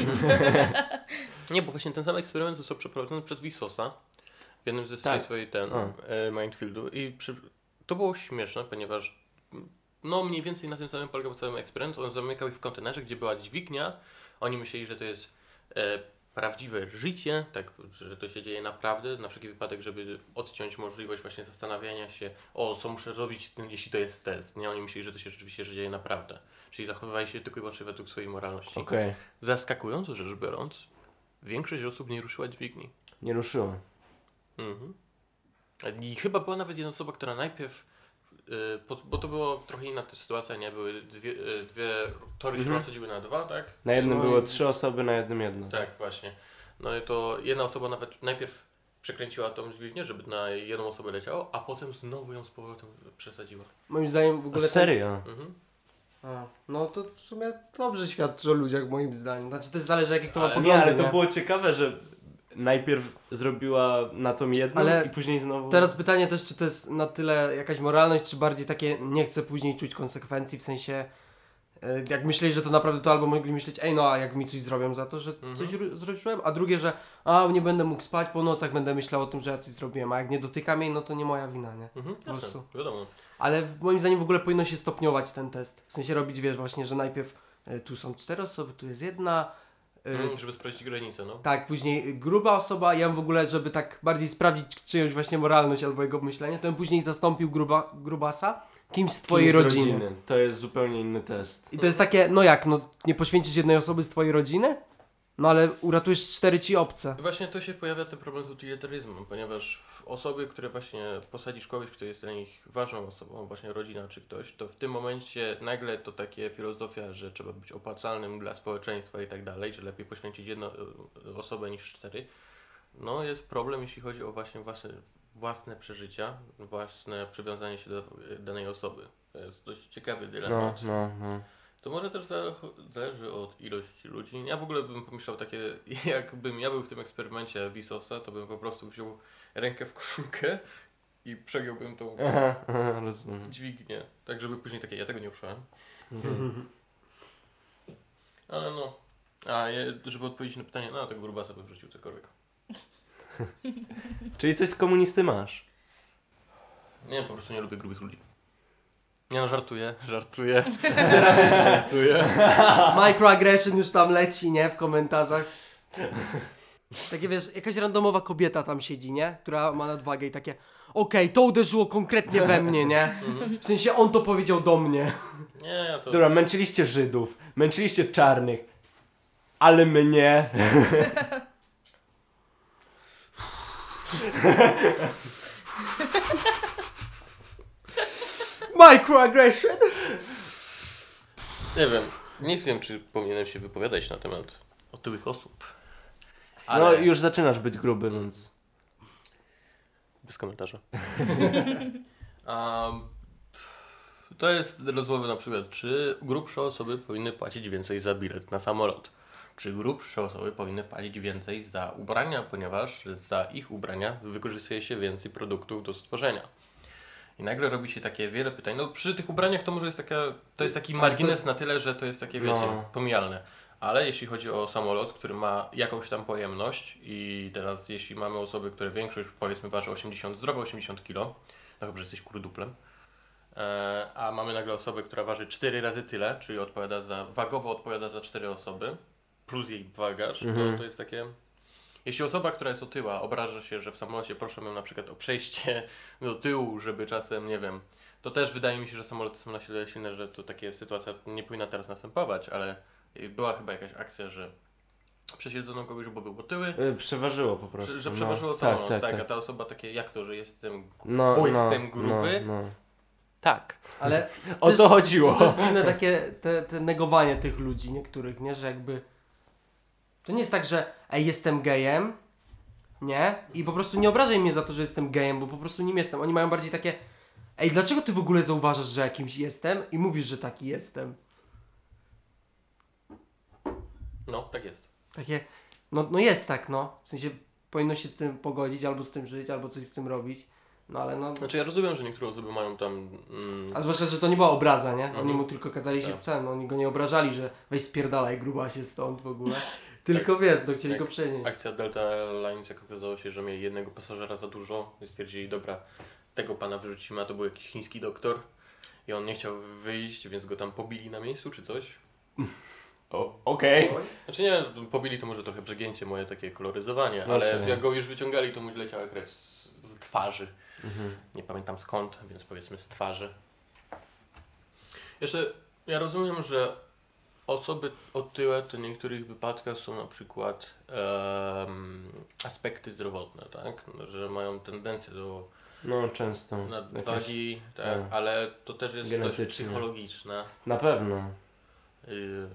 nie, bo właśnie ten sam eksperyment został przeprowadzony przez Vsauce'a w jednym ze Tak. swojej ten, O. e, Mindfieldu i przy... to było śmieszne, ponieważ no mniej więcej na tym samym polegał cały eksperyment. On zamykał ich w kontenerze, gdzie była dźwignia. Oni myśleli, że to jest e, prawdziwe życie, tak, że to się dzieje naprawdę, na wszelki wypadek, żeby odciąć możliwość właśnie zastanawiania się, o co muszę robić, jeśli to jest test. Nie, oni myśleli, że to się rzeczywiście że dzieje naprawdę. Czyli zachowywali się tylko i wyłącznie według swojej moralności. Okej. Zaskakująco rzecz biorąc, większość osób nie ruszyła dźwigni. Nie ruszyło. Mhm. I chyba była nawet jedna osoba, która najpierw, yy, po, bo to było trochę inna ta sytuacja, nie? Były dwie, yy, dwie tory się Mhm. rozsadziły na dwa, tak? Na jednym No było i- trzy osoby, na jednym jedno. Tak, właśnie. No i to jedna osoba nawet najpierw przekręciła tą dźwignię, żeby na jedną osobę leciało, a potem znowu ją z powrotem przesadziła. Moim zdaniem w A ogóle... ten- serio? Mhm. A, no to w sumie dobrze świadczy o ludziach moim zdaniem. Znaczy to zależy jakie kto ma Ale- poglądy, Nie, ale to nie? było ciekawe, że najpierw zrobiła na tą jedną Ale i później znowu... Teraz pytanie też, czy to jest na tyle jakaś moralność, czy bardziej takie nie chcę później czuć konsekwencji, w sensie e, jak myśleli, że to naprawdę to albo mogli myśleć, ej no a jak mi coś zrobią za to, że Mhm. coś ru- zrobiłem, a drugie, że a nie będę mógł spać po nocach, będę myślał o tym, że ja coś zrobiłem, a jak nie dotykam jej, no to nie moja wina, nie? Mhm. Po Jasne, prostu. wiadomo. Ale w- moim zdaniem w ogóle powinno się stopniować ten test, w sensie robić, wiesz, właśnie, że najpierw e, tu są cztery osoby, tu jest jedna, e, Mhm, żeby sprawdzić granicę, no. tak, później gruba osoba, ja bym w ogóle, żeby tak bardziej sprawdzić czyjąś właśnie moralność albo jego myślenie, to bym później zastąpił gruba, grubasa kimś z twojej Kim z rodziny. To jest zupełnie inny test. I to jest takie, no jak, no nie poświęcisz jednej osoby z twojej rodziny? No ale uratujesz cztery ci obce. Właśnie to się pojawia ten problem z utilitaryzmem, ponieważ w osoby, które właśnie posadzisz kogoś, kto jest dla nich ważną osobą, właśnie rodzina czy ktoś, to w tym momencie nagle to takie filozofia, że trzeba być opłacalnym dla społeczeństwa i tak dalej, że lepiej poświęcić jedną e, osobę niż cztery. No jest problem, jeśli chodzi o właśnie własne, własne przeżycia, własne przywiązanie się do e, danej osoby. To jest dość ciekawy No, dylemat. no, no. To może też zale- zależy od ilości ludzi. Ja w ogóle bym pomyślał takie, jakbym ja był w tym eksperymencie Vsauce'a, to bym po prostu wziął rękę w koszulkę i przegiąłbym tą Aha, aha, rozumiem. dźwignię, tak żeby później takie, ja tego nie uszłem. Mhm. Ale no, a je, żeby odpowiedzieć na pytanie, no tego grubasa bym wrzucił cokolwiek. Czyli coś z komunisty masz? Nie, po prostu nie lubię grubych ludzi. Nie no, żartuję, żartuję, żartuję. Microaggression już tam leci, nie? W komentarzach. Takie wiesz, jakaś randomowa kobieta tam siedzi, nie? Która ma nadwagę i takie okej, to uderzyło konkretnie we mnie, nie? W sensie on to powiedział do mnie. Nie, to... Dobra, męczyliście Żydów, męczyliście czarnych, ale mnie... Microaggression! Nie wiem, nie wiem, czy powinienem się wypowiadać na temat otyłych osób. No już zaczynasz być gruby, więc... Bez komentarza. um, to jest rozmowa na przykład, czy grubsze osoby powinny płacić więcej za bilet na samolot. Czy grubsze osoby powinny płacić więcej za ubrania, ponieważ za ich ubrania wykorzystuje się więcej produktów do stworzenia. I nagle robi się takie wiele pytań. No przy tych ubraniach to może jest taka, to jest taki margines na tyle, że to jest takie, wiecie, No. pomijalne. Ale jeśli chodzi o samolot, który ma jakąś tam pojemność i teraz jeśli mamy osoby, które większość powiedzmy waży osiemdziesiąt, zdrowe osiemdziesiąt kilo, no chyba, że jesteś kurduplem, e, a mamy nagle osobę, która waży cztery razy tyle, czyli odpowiada za, wagowo odpowiada za cztery osoby, plus jej bagaż, Mhm. to, to jest takie... Jeśli osoba, która jest otyła, obraża się, że w samolocie proszę ją na przykład o przejście do tyłu, żeby czasem, nie wiem, to też wydaje mi się, że samoloty są na tyle silne, że to taka sytuacja nie powinna teraz następować, ale była chyba jakaś akcja, że prześledzono kogoś, bo był otyły. Y, Przeważyło po prostu. Że, że no. przeważyło tak, samolot, tak, tak, tak. a ta osoba takie, jak to, że jestem, No, bo no, jestem gruby? No, no. Tak. Ale O też- to chodziło. To jest inne takie te, te negowanie tych ludzi niektórych, nie? Że jakby to nie jest tak, że ej, jestem gejem, nie? I po prostu nie obrażaj mnie za to, że jestem gejem, bo po prostu nim jestem. Oni mają bardziej takie ej, dlaczego ty w ogóle zauważasz, że jakimś jestem i mówisz, że taki jestem? No, tak jest. Takie, no, no jest tak, no. W sensie powinno się z tym pogodzić, albo z tym żyć, albo coś z tym robić. No ale no... Znaczy ja rozumiem, że niektóre osoby mają tam... Mm, A zwłaszcza, że to nie była obraza, nie? Oni Mhm. mu tylko kazali się Tak. ten, oni go nie obrażali, że weź spierdalaj grubasie stąd w ogóle. Tylko wiesz, no chcieli Tak. go przenieść. akcja Delta Airlines, jak okazało się, że mieli jednego pasażera za dużo, i stwierdzili, dobra, tego pana wyrzucimy, a to był jakiś chiński doktor i on nie chciał wyjść, więc go tam pobili na miejscu czy coś. O, Okej. Znaczy nie, pobili to może trochę przegięcie moje takie koloryzowanie, No ale czy- jak go już wyciągali, to mu leciała krew z, z twarzy. Mhm. Nie pamiętam skąd, więc powiedzmy z twarzy. Jeszcze ja rozumiem, że osoby otyłe to w niektórych wypadkach są na przykład em, aspekty zdrowotne, tak? Że mają tendencję do No często. Jakieś... nadwagi, tak, tak. ale to też jest dość Genetycznie. psychologiczne. Na pewno. Y,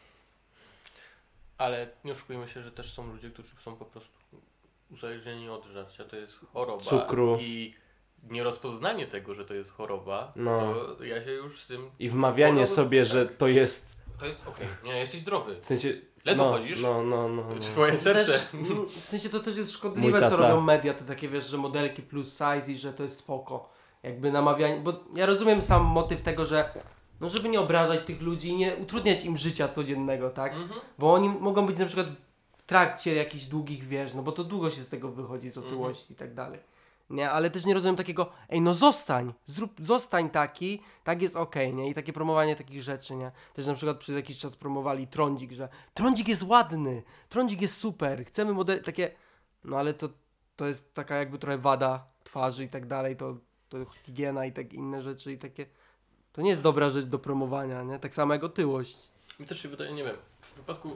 ale nie oszukujmy się, że też są ludzie, którzy są po prostu uzależnieni od żarcia. To jest choroba. Cukru. I nierozpoznanie tego, że to jest choroba, No. to ja się już z tym... I wmawianie Choroby- sobie, tak. że to jest... To jest okej. Nie, jesteś zdrowy. W sensie... Ledwo no, chodzisz. No, no, no. no. Twoje To serce. też, mm, w sensie to też jest Mój szkodliwe, tata. co robią media, te takie wiesz, że modelki plus size i że to jest spoko. Jakby namawianie, bo ja rozumiem sam motyw tego, że no żeby nie obrażać tych ludzi i nie utrudniać im życia codziennego, tak? Mhm. Bo oni mogą być na przykład w trakcie jakichś długich wiesz, no bo to długo się z tego wychodzi, z otyłości i tak dalej. Nie, ale też nie rozumiem takiego, ej no zostań, zrób, zostań taki, tak jest okej, nie? I takie promowanie takich rzeczy, nie? Też na przykład przez jakiś czas promowali trądzik, że trądzik jest ładny, trądzik jest super, chcemy model, takie, no ale to, to jest taka jakby trochę wada twarzy i tak dalej, to, to higiena i tak inne rzeczy i takie, to nie jest dobra rzecz do promowania, nie? Tak samo jak otyłość. Mi też się wydaje, nie wiem, w wypadku...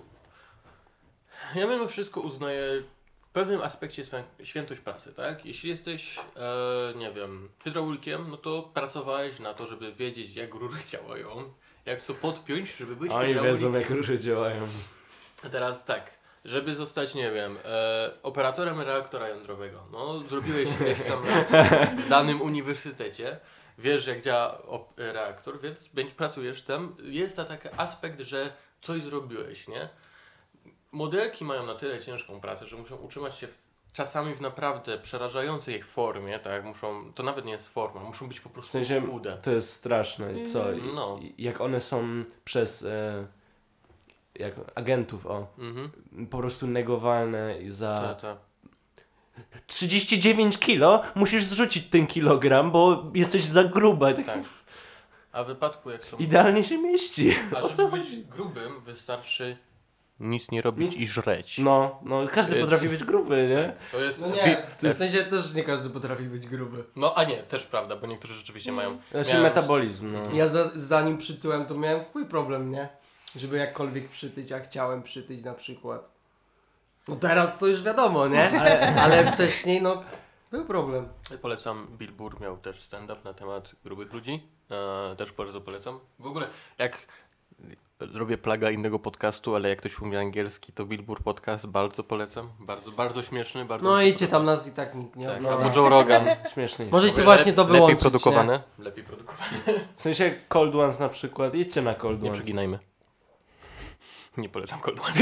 Ja mimo wszystko uznaję w pewnym aspekcie swę- świętość pracy, tak? Jeśli jesteś, e, nie wiem, hydraulikiem, no to pracowałeś na to, żeby wiedzieć, jak rury działają, jak co podpiąć, żeby być Oni hydraulikiem. wiedzą, jak róże działają. A teraz tak, żeby zostać, nie wiem, e, operatorem reaktora jądrowego, no zrobiłeś ileś tam lat w danym uniwersytecie, wiesz jak działa op- reaktor, więc będź, pracujesz tam, jest to taki aspekt, że coś zrobiłeś, nie? Modelki mają na tyle ciężką pracę, że muszą utrzymać się w, czasami w naprawdę przerażającej formie, tak, muszą, to nawet nie jest forma, muszą być po W prostu sensie chude. to jest straszne. I co? I, No. i jak one są przez e, jak agentów, o, Mhm. po prostu negowane i Ta, za ta. trzydzieści dziewięć kilo musisz zrzucić ten kilogram, bo jesteś za gruba. Tak. Tak. A w wypadku jak są... Idealnie się mieści. A O żeby co być chodzi? grubym wystarczy nic nie robić Nic- i żreć. No, no każdy Jest- potrafi być gruby, nie? To jest... No wi- nie, w sensie też nie każdy potrafi być gruby. No a nie, też prawda, bo niektórzy rzeczywiście mają... Znaczy miałem- metabolizm, no. Ja za, zanim przytyłem, to miałem chuj problem, nie? Żeby jakkolwiek przytyć, a chciałem przytyć na przykład. No teraz to już wiadomo, nie? Ale, ale wcześniej, no, był problem. Polecam, Bill Burr miał też stand-up na temat grubych ludzi. E, też bardzo polecam. W ogóle, jak robię plaga innego podcastu, ale jak ktoś umie angielski, to Bill Burr podcast bardzo polecam. Bardzo, bardzo śmieszny, bardzo... No mi się idźcie tam, nas i tak nikt nie Tak, ogląda. albo Joe Rogan. Śmiesznie. Możecie Mówię, właśnie to lepiej wyłączyć, produkowane. Lepiej produkowane. W sensie Cold Ones na przykład. Idźcie na Cold Nie Ones. przeginajmy. Nie polecam Cold Ones.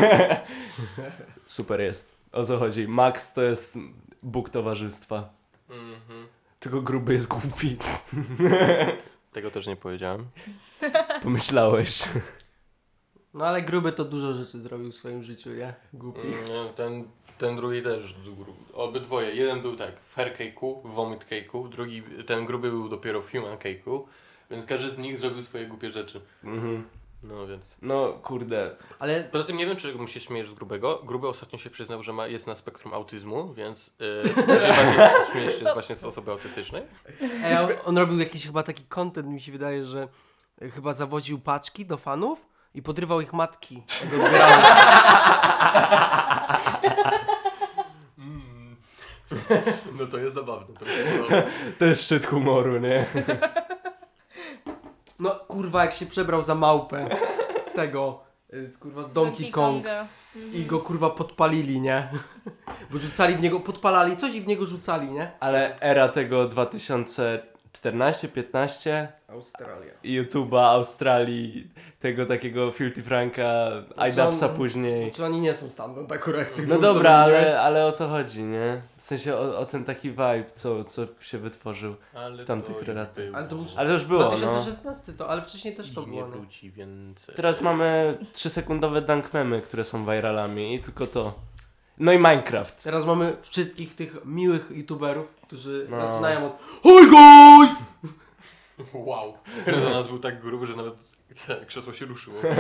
Super jest. O co chodzi? Max to jest Bóg towarzystwa. Mhm. Tylko gruby jest głupi. Tego też nie powiedziałem. Pomyślałeś. No ale gruby to dużo rzeczy zrobił w swoim życiu, nie? Głupi. Mm, ten, ten drugi też. Gruby. Obydwoje. Jeden był tak w hair cake'u, w vomit cake'u, drugi, ten gruby był dopiero w human cake'u, więc każdy z nich zrobił swoje głupie rzeczy. Mhm. No więc. No kurde. Ale Poza tym nie wiem, czy mu się śmiejesz z grubego. Gruby ostatnio się przyznał, że ma, jest na spektrum autyzmu, więc yy, że właśnie śmiejesz się właśnie z osoby autystycznej. ej, on, on robił jakiś chyba taki content, mi się wydaje, że y, chyba zawoził paczki do fanów i podrywał ich matki. Jak odbierały. to jest zabawne. To, mi się podoba. To jest szczyt humoru, nie? No kurwa, jak się przebrał za małpę z tego, y, z, kurwa z Donkey Kong Konga. i go kurwa podpalili, nie? Bo rzucali w niego, podpalali coś i w niego rzucali, nie? Ale era tego dwa tysiące czternaście piętnaście Australia. YouTube'a, Australii, tego takiego Filthy Franka, iDubbbsa później. Znaczy oni nie są stamtąd akurat. tych No dwóch, co dobra, wymieniłeś. ale, ale o to chodzi, nie? W sensie o, o ten taki vibe, co, co się wytworzył. Ale W tamtych to relatach. było. Ale to już- Ale to już było, dwa tysiące no. szesnasty to, ale wcześniej też to I nie było. No. wróci więcej. Teraz mamy trzysekundowe dunk memy, które są viralami i tylko to. No i Minecraft. Teraz mamy wszystkich tych miłych youtuberów, którzy No. zaczynają od Hi guys! Wow. Rezonans był tak gruby, że nawet krzesło się ruszyło. um,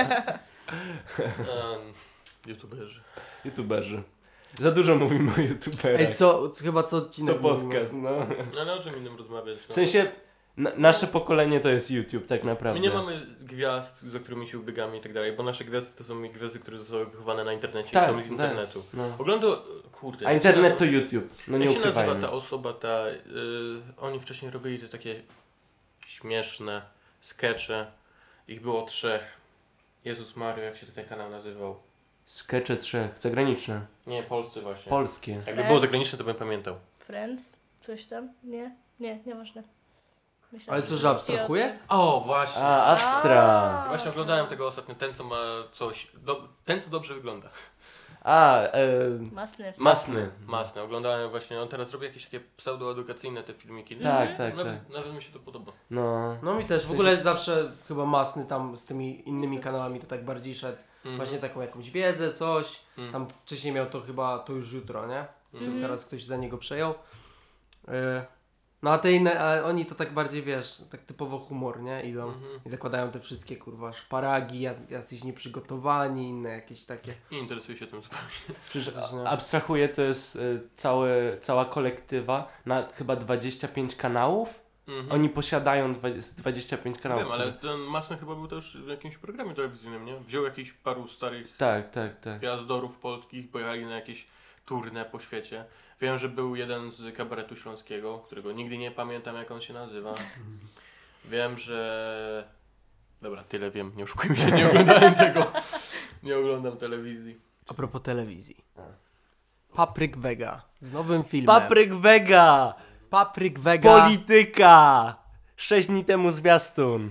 YouTuberzy. YouTuberzy. Za dużo mówimy o YouTuberach. Ej, co, chyba co odcinek Co podcast, no. No ale o czym innym rozmawiać? No. W sensie, na, nasze pokolenie to jest YouTube tak My naprawdę. nie mamy gwiazd, za którymi się ubiegamy i tak dalej, bo nasze gwiazdy to są gwiazdy, które zostały wychowane na internecie Tak, i są z tak. internetu. No. Oglądam, kurde. A jak się internet to nazywa- YouTube, no nie Jak się nazywa ukrywajmy. ta osoba, ta... Y, oni wcześniej robili te takie śmieszne skecze. Ich było trzech. Jezus Mario, jak się ten kanał nazywał? Skecze trzech, zagraniczne, Nie, polscy właśnie. polskie. Jakby Friends? było zagraniczne, to bym pamiętał. Friends? Coś tam? Nie? Nie, nieważne. Myślę, Ale co, że abstrahuje? O, właśnie. A, Abstra. A. Właśnie oglądałem tego ostatnio, ten co ma coś, do, ten co dobrze wygląda. A, e, Masny. Masny. Masne, oglądałem właśnie, on teraz robi jakieś takie pseudoedukacyjne te filmiki. Tak, tak, nawet, tak. nawet mi się to podoba. No. No mi też, w ogóle zawsze chyba Masny tam z tymi innymi kanałami to tak bardziej szedł. Mhm. Właśnie taką jakąś wiedzę, coś. Mhm. Tam wcześniej miał to chyba to już jutro, nie? Co Mhm. teraz ktoś za niego przejął. Y, No a te inne, a oni to tak bardziej, wiesz, tak typowo humor, nie? Idą Mhm. i zakładają te wszystkie, kurwa, szparagi, jac- jacyś nieprzygotowani, inne jakieś takie. Nie interesuję się tym zupełnie. Przecież Też nie. a- abstrahuję to jest y, całe, cała kolektywa na chyba dwadzieścia pięć kanałów. Mhm. Oni posiadają dwa- dwadzieścia pięć kanałów. Wiem, ale które- ten Masny chyba był też w jakimś programie telewizyjnym, nie? Wziął jakichś paru starych Tak, tak, tak. gwiazdorów polskich, pojechali na jakieś tournée po świecie. Wiem, że był jeden z kabaretu śląskiego, którego nigdy nie pamiętam, jak on się nazywa. Wiem, że... Dobra, tyle wiem, nie oszukujmy się, nie oglądałem tego. Nie oglądam telewizji. A propos telewizji. Papryk Vega z nowym filmem. Papryk Vega! Papryk Vega. Polityka! Sześć dni temu zwiastun.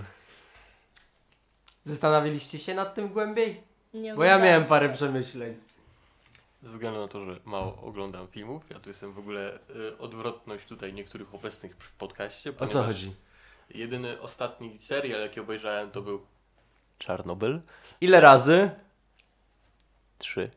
Zastanawialiście się nad tym głębiej? Nie Bo ja oglądałem. miałem parę przemyśleń. Ze względu na to, że mało oglądam filmów, ja tu jestem w ogóle y, odwrotność tutaj niektórych obecnych w podcaście. O co ponieważ chodzi? Jedyny ostatni serial, jaki obejrzałem, to był Czarnobyl. Ile razy? Trzy.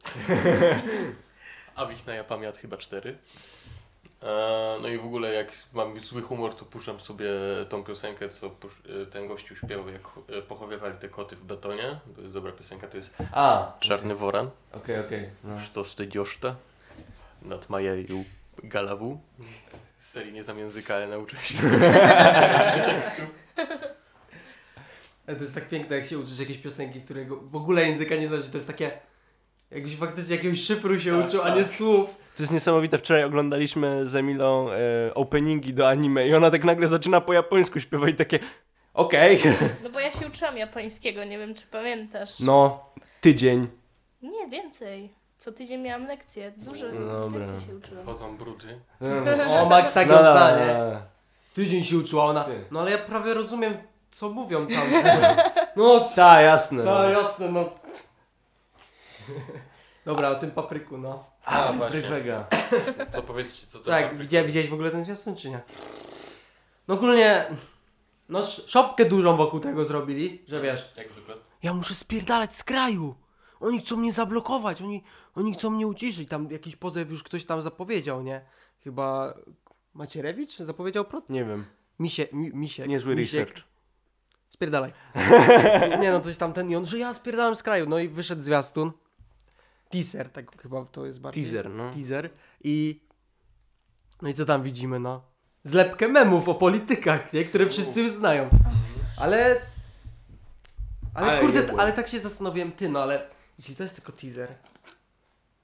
A Wichnaja pamięt chyba cztery. E, no i w ogóle jak mam zły humor, to puszczam sobie tą piosenkę, co pusz- ten gościu śpiewał, jak e, pochowywali te koty w betonie. To jest dobra piosenka, to jest A, Czarny Woran. okej, okej. No. Что ты идешь-то? Nad moją galawą. Z serii nie znam języka, ale nauczę się tekstu. Ale to jest tak piękne, jak się uczysz jakiejś piosenki, którego w ogóle języka nie znasz. To jest takie... Jakbyś faktycznie jakiegoś szyfru się Tak, uczył, a tak. nie słów. To jest niesamowite. Wczoraj oglądaliśmy z Emilą e, openingi do anime i ona tak nagle zaczyna po japońsku śpiewać i takie okej. No bo ja się uczyłam japońskiego, nie wiem czy pamiętasz. No, tydzień. Nie, więcej. Co tydzień miałam lekcję. Dużo, Dobra. więcej się uczyłam. Wchodzą brudy. O, Max tak ją No, no, zna, no, nie? no. Tydzień się uczyła ona. Ty. No ale ja prawie rozumiem, co mówią tam. No, c- Ta, jasne. ta, jasne, no. Dobra, o tym papryku, no. A, Papryk właśnie. Vega. To powiedzcie, co to Tak, papryka. widziałeś, widziałeś w ogóle ten zwiastun, czy nie? No ogólnie, no sz- szopkę dużą wokół tego zrobili, że wiesz, Jak zwykle. ja muszę spierdalać z kraju. Oni chcą mnie zablokować, oni, oni chcą mnie uciszyć. Tam jakiś pozew już ktoś tam zapowiedział, nie? Chyba Macierewicz zapowiedział prot? Nie wiem. Misie, mi, Misiek. Niezły Misiek. research. Spierdalaj. Nie no, coś tam ten i on, że ja spierdałem z kraju. No i wyszedł zwiastun. Teaser, tak chyba to jest bardziej. Teaser, no. Teaser. I... No i co tam widzimy, no? Zlepkę memów o politykach, nie? Które wszyscy już znają. Ale... Ale, Ale kurde, jebłem. ale tak się zastanowiłem, ty no, ale jeśli to jest tylko teaser,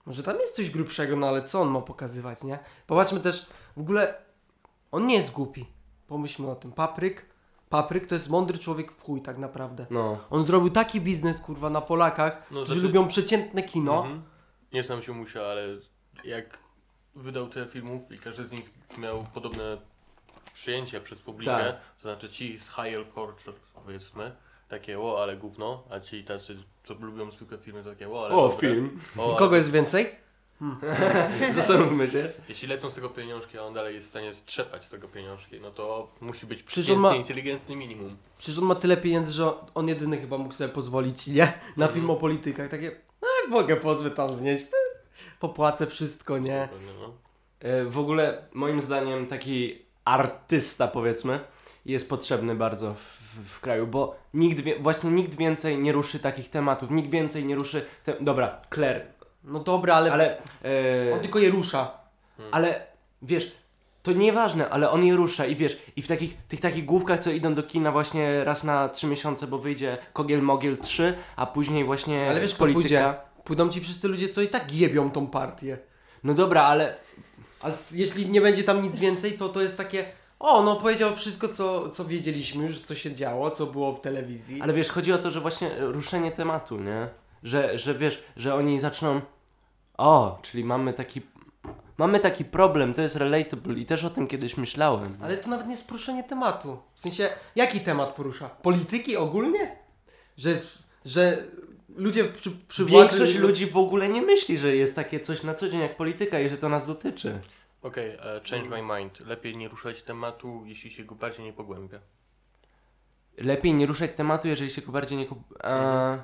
Może tam jest coś grubszego, no ale co on ma pokazywać, nie? Popatrzmy też, w ogóle on nie jest głupi. Pomyślmy o tym. Papryk, Papryk to jest mądry człowiek w chuj tak naprawdę. No. On zrobił taki biznes, kurwa, na Polakach, No, którzy znaczy- lubią przeciętne kino. Mhm. Nie znam się musia, ale jak wydał te filmów i każdy z nich miał podobne przyjęcia przez publikę, Tak. to znaczy ci z higher culture, powiedzmy, takie o, ale gówno, a ci tacy, co lubią zwykłe filmy, to takie o, ale O, dobre. film. O, ale Kogo jest więcej? Zastanówmy się. Jeśli lecą z tego pieniążki, a on dalej jest w stanie strzepać z tego pieniążki, no to musi być Przecież on przeciętny, ma- inteligentny minimum. Przecież on ma tyle pieniędzy, że on jedyny chyba mógł sobie pozwolić, nie? Na film o politykach. Takie, no mogę pozwy tam znieść, popłacę wszystko, nie? No. E, W ogóle moim zdaniem taki artysta, powiedzmy, jest potrzebny bardzo w, w kraju, bo nikt wie, właśnie nikt więcej nie ruszy takich tematów, nikt więcej nie ruszy... Te... Dobra, Claire, No dobra, ale, ale... E... on tylko je rusza. Ale wiesz, to nieważne, ale on je rusza i wiesz, i w takich, tych takich główkach, co idą do kina właśnie raz na trzy miesiące, bo wyjdzie Kogiel Mogiel trzy, a później właśnie Ale wiesz, kto polityka. pójdzie? Pójdą ci wszyscy ludzie, co i tak jebią tą partię. No dobra, ale A z, jeśli nie będzie tam nic więcej, to to jest takie... O, no powiedział wszystko, co, co wiedzieliśmy już, co się działo, co było w telewizji. Ale wiesz, chodzi o to, że właśnie ruszenie tematu, nie? Że, że wiesz, że oni zaczną... O, czyli mamy taki... Mamy taki problem, to jest relatable i też o tym kiedyś myślałem. Ale to nawet nie jest poruszenie tematu. W sensie, jaki temat porusza? Polityki ogólnie? Że jest, że ludzie przy, przy władzy... Większość ludzi w ogóle nie myśli, że jest takie coś na co dzień jak polityka i że to nas dotyczy. Okej, okay, change my mind. Lepiej nie ruszać tematu, jeśli się go bardziej nie pogłębia. Lepiej nie ruszać tematu, jeżeli się go bardziej nie... Kup... A...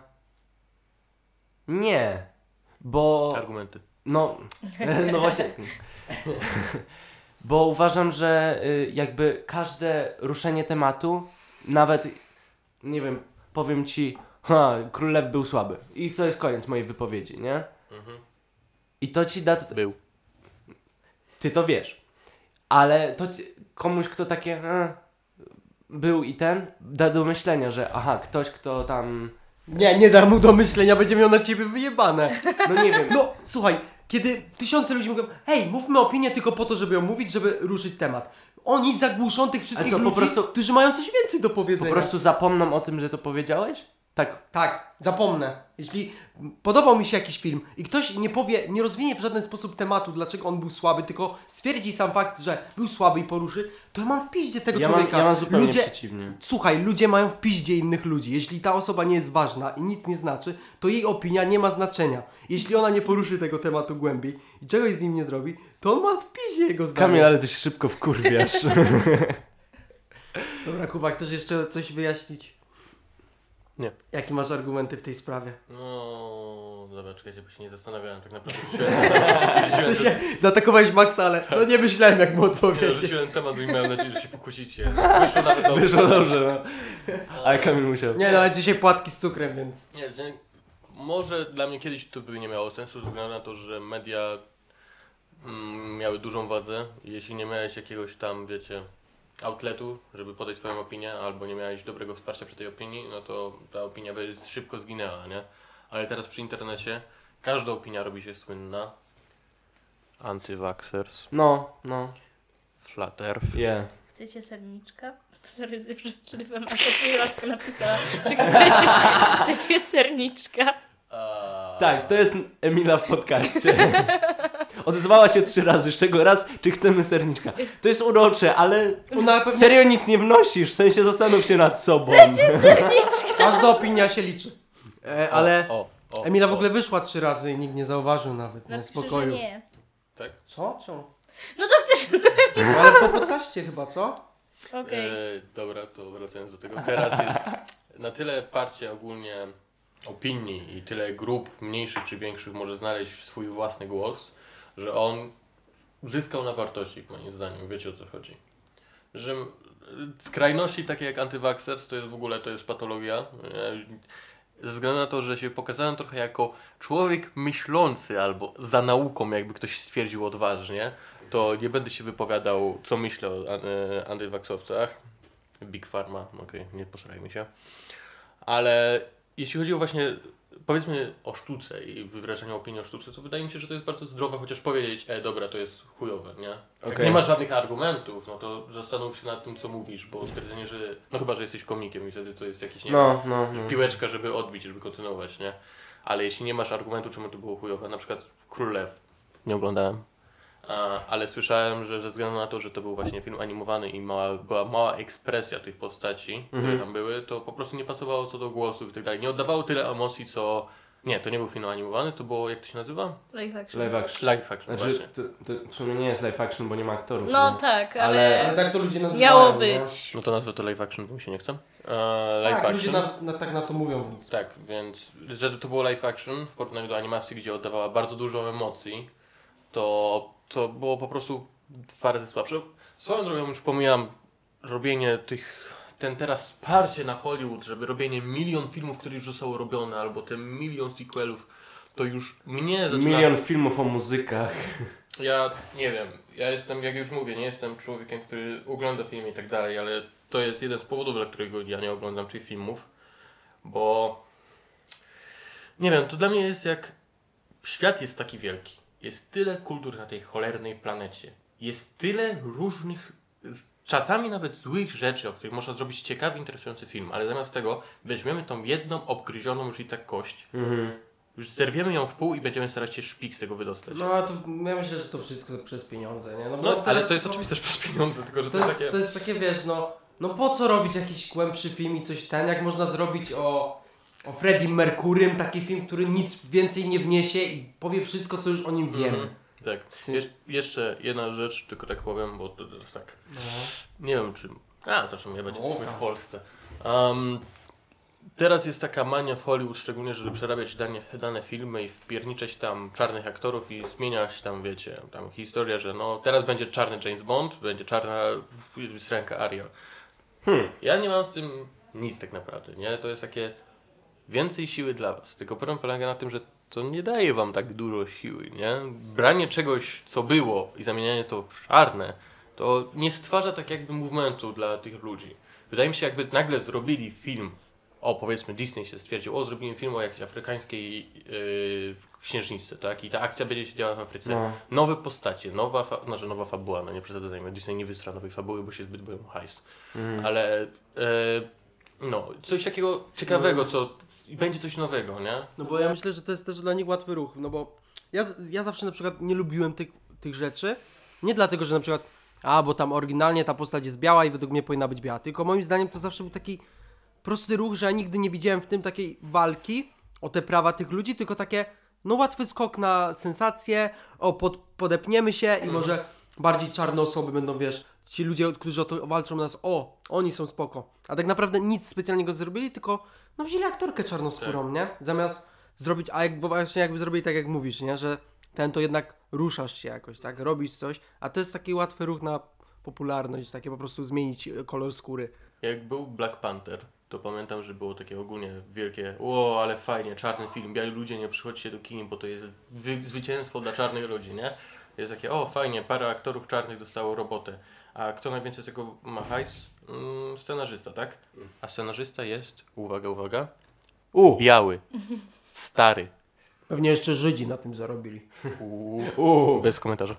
Nie, bo... Argumenty. No, no właśnie. Bo uważam, że y, jakby każde ruszenie tematu, nawet, nie wiem, powiem ci, ha, Król Lew był słaby. I to jest koniec mojej wypowiedzi, nie? Mhm. I to ci da... Był. Ty to wiesz. Ale to ci, komuś, kto takie e, był i ten, da do myślenia, że aha, ktoś, kto tam... Nie, nie da mu do myślenia, będzie miał na ciebie wyjebane. No nie wiem. No, słuchaj, kiedy tysiące ludzi mówią, hej, mówmy opinię tylko po to, żeby ją mówić, żeby ruszyć temat. Oni zagłuszą tych wszystkich co, po ludzi, prostu- którzy mają coś więcej do Po powiedzenia. prostu zapomną o tym, że to powiedziałeś? Tak. Tak, zapomnę. Jeśli podobał mi się jakiś film i ktoś nie powie, nie rozwinie w żaden sposób tematu, dlaczego on był słaby, tylko stwierdzi sam fakt, że był słaby i poruszy, to ja mam w piździe tego Ja mam, człowieka. ja mam zupełnie Ludzie, przeciwnie. Słuchaj, ludzie mają w piździe innych ludzi. Jeśli ta osoba nie jest ważna i nic nie znaczy, to jej opinia nie ma znaczenia. Jeśli ona nie poruszy tego tematu głębiej i czegoś z nim nie zrobi, to on ma w piździe jego zdanie. Kamil, ale ty się szybko wkurwiasz. Dobra, Kuba, chcesz jeszcze coś wyjaśnić? Nie. Jakie masz argumenty w tej sprawie? No, dobra, czekajcie, bo się nie zastanawiałem tak naprawdę. Rzuciłem, W rzuciłem, sensie, zaatakowałeś Maxa, ale no nie myślałem, jak mu nie, odpowiedzieć. rzuciłem temat i miałem nadzieję, że się pokłócicie. Wyszło nawet dobrze. Wyszło dobrze, no. Ale Kamil musiał. Nie no, ale dzisiaj płatki z cukrem, więc... Nie, że może dla mnie kiedyś to by nie miało sensu, ze względu na to, że media mm, miały dużą władzę i jeśli nie miałeś jakiegoś tam, wiecie, outletu, żeby podać swoją opinię, albo nie miałeś dobrego wsparcia przy tej opinii, no to ta opinia by szybko zginęła, nie? Ale teraz przy internecie każda opinia robi się słynna. Antyvaxxers, No, no. Flat Earth. Yeah. Chcecie serniczka? Sorry, że przerywam, a to Latka napisała, czy chcecie, chcecie serniczka? A... Tak, to jest Emila w podcaście. Odezwała się trzy razy, z czego raz, czy chcemy serniczka. To jest urocze, ale Ona na pewno... serio nic nie wnosisz, w sensie zastanów się nad sobą. Serniczka! Każda opinia się liczy. E, ale O, o, Emila w o. ogóle wyszła trzy razy i nikt nie zauważył nawet, nie? Napiszę, Spokoju. że nie. Tak? Co? Czemu? No to chcesz... No, ale po podcaście chyba, co? Okej. E, dobra, to wracając do tego. Teraz jest na tyle parcie ogólnie opinii i tyle grup mniejszych czy większych może znaleźć swój własny głos, że on zyskał na wartości, moim zdaniem. Wiecie, o co chodzi. Że skrajności takie jak antyvaxxers to jest w ogóle to jest patologia. E, Ze względu na to, że się pokazałem trochę jako człowiek myślący albo za nauką, jakby ktoś stwierdził odważnie, to nie będę się wypowiadał, co myślę o e, antywaksowcach. Big Pharma, okej, okay, nie posrajmy się. Ale jeśli chodzi o właśnie powiedzmy o sztuce i wyrażaniu opinii o sztuce, to wydaje mi się, że to jest bardzo zdrowe, chociaż powiedzieć, e dobra, to jest chujowe, nie? Jak Okej. nie masz żadnych argumentów, no to zastanów się nad tym, co mówisz, bo stwierdzenie, że no chyba, że jesteś komikiem i wtedy to jest jakiś, nie No, no, no. piłeczka, żeby odbić, żeby kontynuować, nie? Ale jeśli nie masz argumentu, czemu to było chujowe, na przykład Król Lew, nie oglądałem, a, ale słyszałem, że ze względu na to, że to był właśnie film animowany i mała, była mała ekspresja tych postaci, które Mhm. tam były, to po prostu nie pasowało co do głosów i tak dalej. Nie oddawało tyle emocji, co... Nie, to nie był film animowany, to było, jak to się nazywa? Live action. Live action. Live action, Znaczy, właśnie. to, to w sumie nie jest live action, bo nie ma aktorów. No nie? tak, Ale- ale, Ale tak to ludzie nazywają. miało nie? być. No to nazwę to live action, bo mi się nie chce. E, live Tak, action. ludzie na, na, tak na to mówią, więc... Tak, więc że to było live action w porównaniu do animacji, gdzie oddawała bardzo dużo emocji, to, to było po prostu dwa razy słabsze. Swoją drogą już pomijam robienie tych, ten teraz wsparcie na Hollywood, żeby robienie milion filmów, które już zostało robione, albo ten milion sequelów, to już mnie zaczyna... Milion filmów o muzykach. Ja nie wiem, ja jestem, jak już mówię, nie jestem człowiekiem, który ogląda filmy i tak dalej, ale to jest jeden z powodów, dla którego ja nie oglądam tych filmów, bo nie wiem, to dla mnie jest jak świat jest taki wielki, jest tyle kultur na tej cholernej planecie, jest tyle różnych, z- czasami nawet złych rzeczy, o których można zrobić ciekawy, interesujący film, ale zamiast tego weźmiemy tą jedną obgryzioną już i tak kość, Mhm. już zerwiemy ją w pół i będziemy starać się szpik z tego wydostać. No a to ja myślę, że to wszystko przez pieniądze, nie? No, bo No, ale teraz to jest oczywiste, że przez pieniądze, tylko że to, To jest jest, takie... to jest takie, wiesz, no, no po co robić jakiś głębszy film i coś ten, jak można zrobić o, o Freddie Mercurym taki film, który nic więcej nie wniesie i powie wszystko, co już o nim wiemy. Mhm. Tak. Jesz jeszcze jedna rzecz, tylko tak powiem, bo to, to jest tak... Nie wiem czy... A, zresztą nie będzie, jesteśmy w Polsce. Um, teraz jest taka mania w Hollywood, szczególnie, żeby przerabiać dane, dane filmy i wpierniczać tam czarnych aktorów i zmieniać tam, wiecie, tam historię, że no teraz będzie czarny James Bond, będzie czarna syrenka Ariel. Hmm. Ja nie mam z tym nic tak naprawdę, nie? To jest takie więcej siły dla was. Tylko problem polega na tym, że to nie daje wam tak dużo siły, nie? Branie czegoś, co było i zamienianie to w czarne, to nie stwarza tak jakby movementu dla tych ludzi. Wydaje mi się, jakby nagle zrobili film, o powiedzmy Disney się stwierdził, o zrobimy film o jakiejś afrykańskiej yy, księżniczce, tak? I ta akcja będzie się działa w Afryce. No. Nowe postacie, nowa, fa- znaczy nowa fabuła, no nie przesadzajmy, Disney nie wystra nowej fabuły, bo się zbyt boją hajs. Mhm. Ale e, no, coś takiego ciekawego, co będzie coś nowego, nie? No bo ja myślę, że to jest też dla nich łatwy ruch, no bo ja, z- ja zawsze na przykład nie lubiłem tych, tych rzeczy, nie dlatego, że na przykład a, bo tam oryginalnie ta postać jest biała i według mnie powinna być biała, tylko moim zdaniem to zawsze był taki prosty ruch, że ja nigdy nie widziałem w tym takiej walki o te prawa tych ludzi, tylko takie, no łatwy skok na sensację, o pod, podepniemy się i może bardziej czarne osoby będą, wiesz, ci ludzie, którzy o to walczą nas, o, oni są spoko. A tak naprawdę nic specjalnego zrobili, tylko no wzięli aktorkę czarnoskórą, nie? Zamiast zrobić, a jak, bo właśnie jakby zrobili tak jak mówisz, nie? Że ten to jednak ruszasz się jakoś, tak? Robisz coś, a to jest taki łatwy ruch na popularność, takie po prostu zmienić e, kolor skóry. Jak był Black Panther, to pamiętam, że było takie ogólnie wielkie, o, ale fajnie, czarny film, biali ludzie, nie przychodźcie do kin, bo to jest wy- zwycięstwo dla czarnych ludzi, nie? Jest takie, o, fajnie, parę aktorów czarnych dostało robotę. A kto najwięcej z tego ma hajs? Mm, scenarzysta, tak? A scenarzysta jest, uwaga, uwaga, U. biały, stary. Pewnie jeszcze Żydzi na tym zarobili. U. Bez komentarza.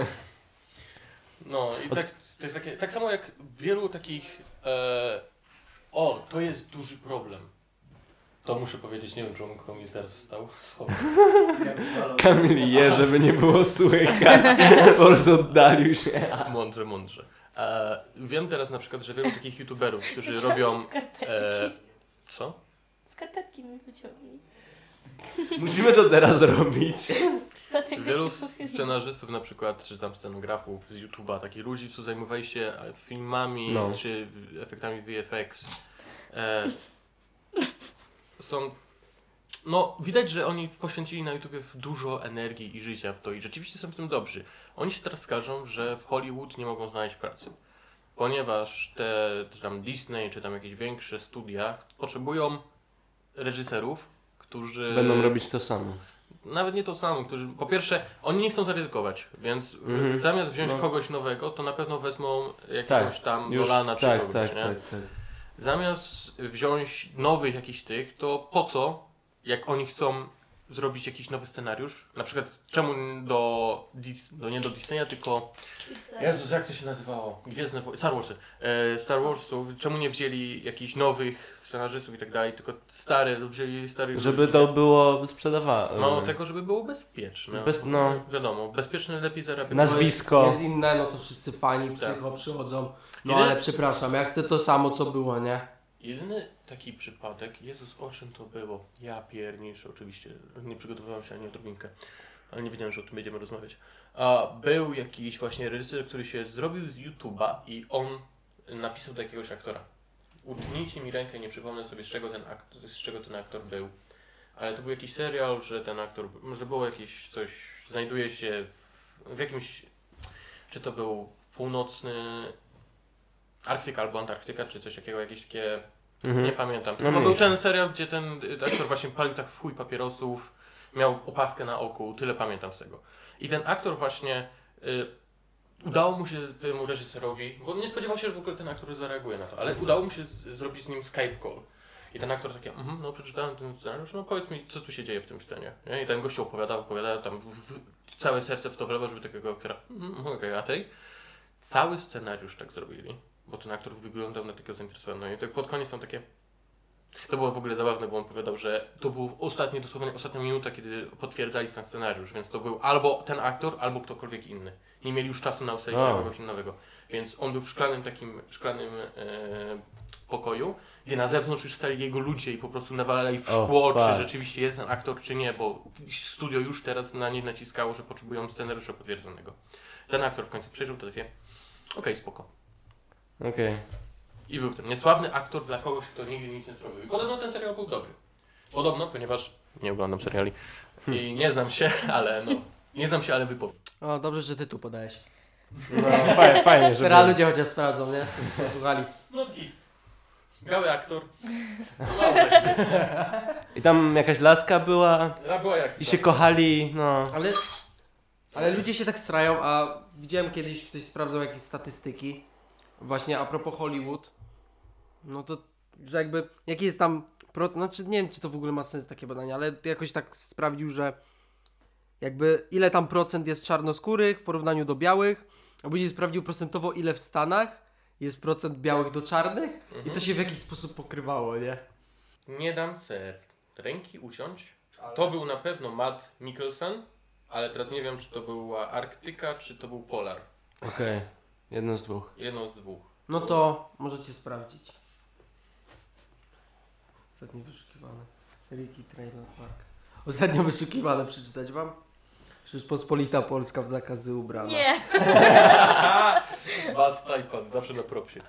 No i tak, to jest takie, tak samo jak wielu takich, e, o, to jest duży problem. To muszę powiedzieć, nie wiem, czy on komuś zaraz wstał. Schowam. Kamil je, żeby nie było słychać. Po prostu oddalił się. Mądrze, mądrze. E, wiem teraz na przykład, że wielu takich youtuberów, którzy robią... Skarpetki. E, co? Skarpetki mi wyciągnij. Musimy to teraz robić. Dlatego Wielu się pochyliłam. scenarzystów na przykład, czy tam scenografów z YouTube'a, takich ludzi, co zajmowali się filmami, No. czy efektami V F X, e, są... No, widać, że oni poświęcili na YouTubie dużo energii i życia w to i rzeczywiście są w tym dobrzy. Oni się teraz skarżą, że w Hollywood nie mogą znaleźć pracy. Ponieważ te, czy tam Disney, czy tam jakieś większe studia potrzebują reżyserów, którzy... Będą robić to samo. Nawet nie to samo, którzy po pierwsze, oni nie chcą zaryzykować, więc Mhm. zamiast wziąć No. kogoś nowego, to na pewno wezmą jakiegoś Tak, tam Już, Nolana czy tak, kogoś, tak, nie? tak, tak. Zamiast wziąć nowych jakichś tych, to po co, jak oni chcą zrobić jakiś nowy scenariusz, na przykład czemu do, Dis- do nie do Disneya, tylko Jezus, jak to się nazywało? Gwiezdne Wojny, Star Warsy. E, Star Warsów, czemu nie wzięli jakichś nowych scenarzystów i tak dalej, tylko stare, wzięli starych Żeby ludzi. to było sprzedawane. Mało tego, żeby było bezpieczne. Bez- no. Wiadomo, bezpieczne lepiej zarabia. Nazwisko. Jest inne, no to wszyscy fani psycho przychodzą. No Ile- ale przepraszam, ja chcę to samo co było, nie? Jedyny taki przypadek, Jezus, o czym to było? Ja piernisz, oczywiście, nie przygotowywałem się ani odrobinkę, ale nie wiedziałem, że o tym będziemy rozmawiać. A był jakiś właśnie reżyser, który się zrobił z YouTube'a i on napisał do jakiegoś aktora. Utnijcie mi rękę, nie przypomnę sobie z czego ten aktor, z czego ten aktor był. Ale to był jakiś serial, że ten aktor, że było jakieś coś, znajduje się w, w jakimś, czy to był północny Arktyka albo Antarktyka, czy coś takiego, jakieś takie, Mhm. nie pamiętam. No No był mniejsza. ten serial, gdzie ten y, aktor właśnie palił tak w chuj papierosów, miał opaskę na oku, tyle pamiętam z tego. I ten aktor właśnie, y, udało mu się temu reżyserowi, bo nie spodziewał się, że w ogóle ten aktor zareaguje na to, ale udało mu się z, zrobić z nim Skype call. I ten aktor taki, mhm, no przeczytałem ten scenariusz, no powiedz mi, co tu się dzieje w tym scenie. Nie? I ten gościu opowiada, opowiada, tam w, w, całe serce w to wlewa, żeby takiego aktora, mhm, okej, okay, a tej? Cały scenariusz tak zrobili, bo ten aktor wyglądał na takiego zainteresowanego. No i tak pod koniec tam takie... To było w ogóle zabawne, bo on powiedział, że to był ostatni, dosłownie ostatnia minuta, kiedy potwierdzali ten scenariusz, więc to był albo ten aktor, albo ktokolwiek inny. Nie mieli już czasu na ustalenie A. kogoś innego. Więc on był w szklanym takim, szklanym e, pokoju, gdzie na zewnątrz już stali jego ludzie i po prostu nawalali w O, szkło, fuck. czy rzeczywiście jest ten aktor, czy nie, bo studio już teraz na nie naciskało, że potrzebują scenariusza potwierdzonego. Ten aktor w końcu przejrzał to takie, okej, spoko. Okej. I był ten niesławny aktor dla kogoś, kto nigdy nic nie zrobił. I podobno ten serial był dobry. Podobno, ponieważ nie oglądam seriali i nie znam się, ale no, nie znam się, ale wypowiem. O, dobrze, że ty tu podajesz. No, fajnie, fajnie, żeby... Teraz ludzie chociaż sprawdzą, nie? Posłuchali. No i biały aktor. No, mało tak. I tam jakaś laska była A była jak i się kochali, no. Ale, ale ludzie się tak strają, a widziałem kiedyś, ktoś sprawdzał jakieś statystyki, właśnie a propos Hollywood, no to, że jakby, jaki jest tam procent, znaczy nie wiem, czy to w ogóle ma sens takie badanie, ale jakoś tak sprawdził, że jakby ile tam procent jest czarnoskórych w porównaniu do białych, a później sprawdził procentowo ile w Stanach jest procent białych do czarnych i to się w jakiś sposób pokrywało, nie? Nie dam ser ręki usiąść. To był na pewno Matt Mikkelsen, ale teraz nie wiem, czy to była Arktyka, czy to był Polar. Okej, jedno z dwóch. Jedno z dwóch. No to możecie sprawdzić. Ostatnio wyszukiwane. Ricky Trailer Park. Ostatnio wyszukiwane, przeczytać wam? Rzeczpospolita Polska w zakazy ubrana. Nie. Bas Tajpan, zawsze na propsie.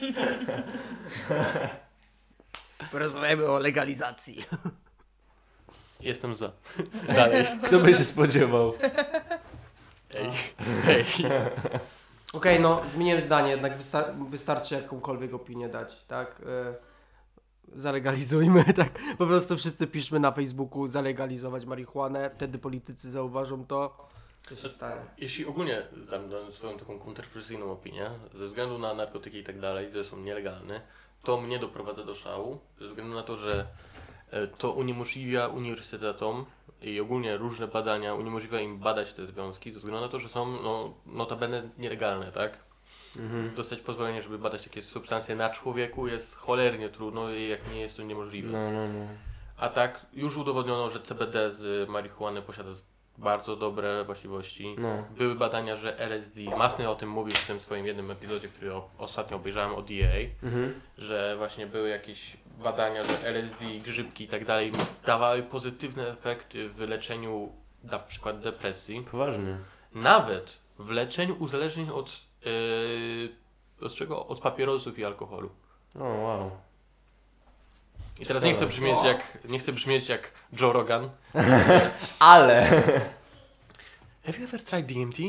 Porozmawiamy o legalizacji. Jestem za. Dalej. Kto by się spodziewał? Ej, ej. Okej, no zmieniłem zdanie, jednak wysta- wystarczy jakąkolwiek opinię dać, tak? E, zalegalizujmy, tak? Po prostu wszyscy piszmy na Facebooku zalegalizować marihuanę, wtedy politycy zauważą to, co się stanie. Jeśli ogólnie dam dam swoją taką kontrowersyjną opinię, ze względu na narkotyki i tak dalej, które są nielegalne, to mnie doprowadza do szału, ze względu na to, że e, to uniemożliwia uniwersytetom i ogólnie różne badania, uniemożliwia im badać te związki, ze względu na to, że są no, notabene nielegalne, tak? Mhm. Dostać pozwolenie, żeby badać jakieś substancje na człowieku jest cholernie trudno i jak nie jest to niemożliwe. No, no, no. A tak, już udowodniono, że C B D z marihuany posiada bardzo dobre właściwości. No. Były badania, że L S D, Masny o tym mówił w tym swoim jednym epizodzie, który o, ostatnio obejrzałem o D A, Mhm. że właśnie były jakieś badania, że L S D, grzybki i tak dalej dawały pozytywne efekty w leczeniu na przykład depresji, Poważnie. nawet w leczeniu uzależnień od, yy, od czego? Od papierosów i alkoholu. O, wow. I teraz nie chcę brzmieć jak, nie chcę brzmieć jak Joe Rogan. Ale! Have you ever tried D M T?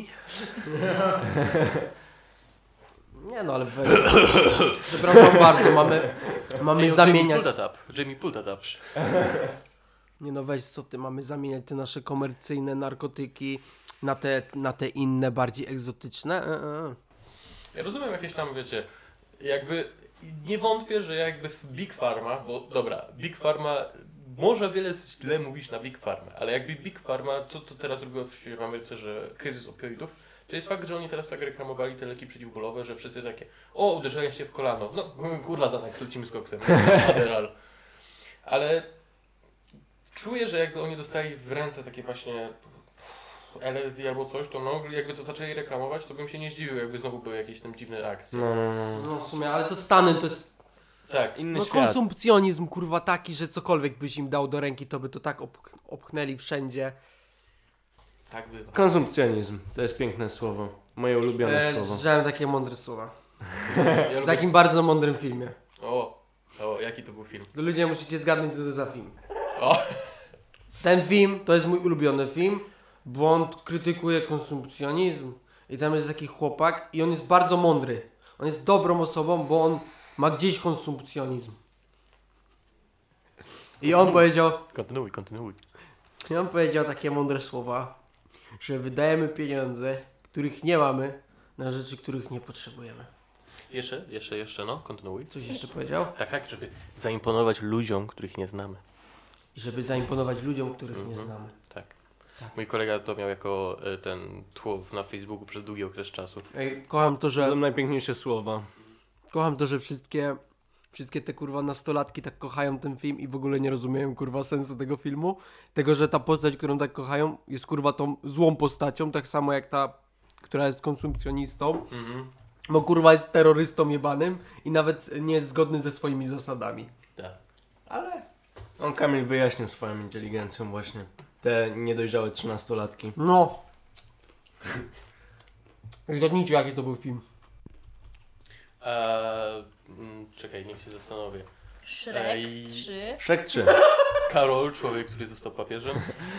Nie no, ale weź. Przepraszam bardzo, mamy, mamy Ej, zamieniać... Jamie, pull that up. Jamie, pull that up. Nie no weź co ty, mamy zamieniać te nasze komercyjne narkotyki na te, na te inne, bardziej egzotyczne? E, e. Ja rozumiem jakieś tam, wiecie, jakby nie wątpię, że jakby w Big Pharma, bo dobra, Big Pharma może wiele źle mówisz na Big Pharma, ale jakby Big Pharma, co to teraz robiło w Ameryce, że kryzys opioidów, to jest fakt, że oni teraz tak reklamowali te leki przeciwbólowe, że wszyscy takie, o, uderzenia się w kolano, no kurwa zanak, lecimy z koksem, Adderall. Ale czuję, że jakby oni dostali w ręce takie właśnie L S D albo coś, to no, jakby to zaczęli reklamować, to bym się nie zdziwił, jakby znowu były jakieś tam dziwne akcje. No, no, no. No w sumie, ale to Stany to jest Tak. Inny no, świat. konsumpcjonizm kurwa taki, że cokolwiek byś im dał do ręki, to by to tak opch- opchnęli wszędzie. Tak bywa. Konsumpcjonizm. To jest piękne słowo. Moje ulubione E, słowo. Słyszałem takie mądre słowa. Ja W lubię... takim bardzo mądrym filmie. O, o, jaki to był film? To ludzie musicie zgadnąć, co to za film. O! Ten film to jest mój ulubiony film, bo on krytykuje konsumpcjonizm i tam jest taki chłopak i on jest bardzo mądry. On jest dobrą osobą, bo on ma gdzieś konsumpcjonizm. I on powiedział, Kontynuuj, kontynuuj. i on powiedział takie mądre słowa, że wydajemy pieniądze, których nie mamy, na rzeczy, których nie potrzebujemy. Jeszcze, jeszcze, jeszcze, no, kontynuuj. Coś jeszcze powiedział? Tak, tak, żeby zaimponować ludziom, których nie znamy. I żeby zaimponować ludziom, których nie Mhm. znamy. Tak. Tak. Mój kolega to miał jako e, ten tło na Facebooku przez długi okres czasu. Ej, kocham to, To że są najpiękniejsze słowa. Kocham to, że wszystkie, wszystkie te kurwa nastolatki tak kochają ten film i w ogóle nie rozumieją kurwa sensu tego filmu. Tego, że ta postać, którą tak kochają, jest kurwa tą złą postacią, tak samo jak ta, która jest konsumpcjonistą. Mhm. Bo kurwa jest terrorystą jebanym i nawet nie jest zgodny ze swoimi zasadami. Tak. Ale... On Kamil wyjaśnił swoją inteligencją właśnie. Te niedojrzałe trzynastolatki. No. Zgadnijcie, jaki to był film. Eee, mm, czekaj, niech się zastanowię. Shrek Ej. trzy. Shrek trzy. Karol, człowiek, który został papieżem.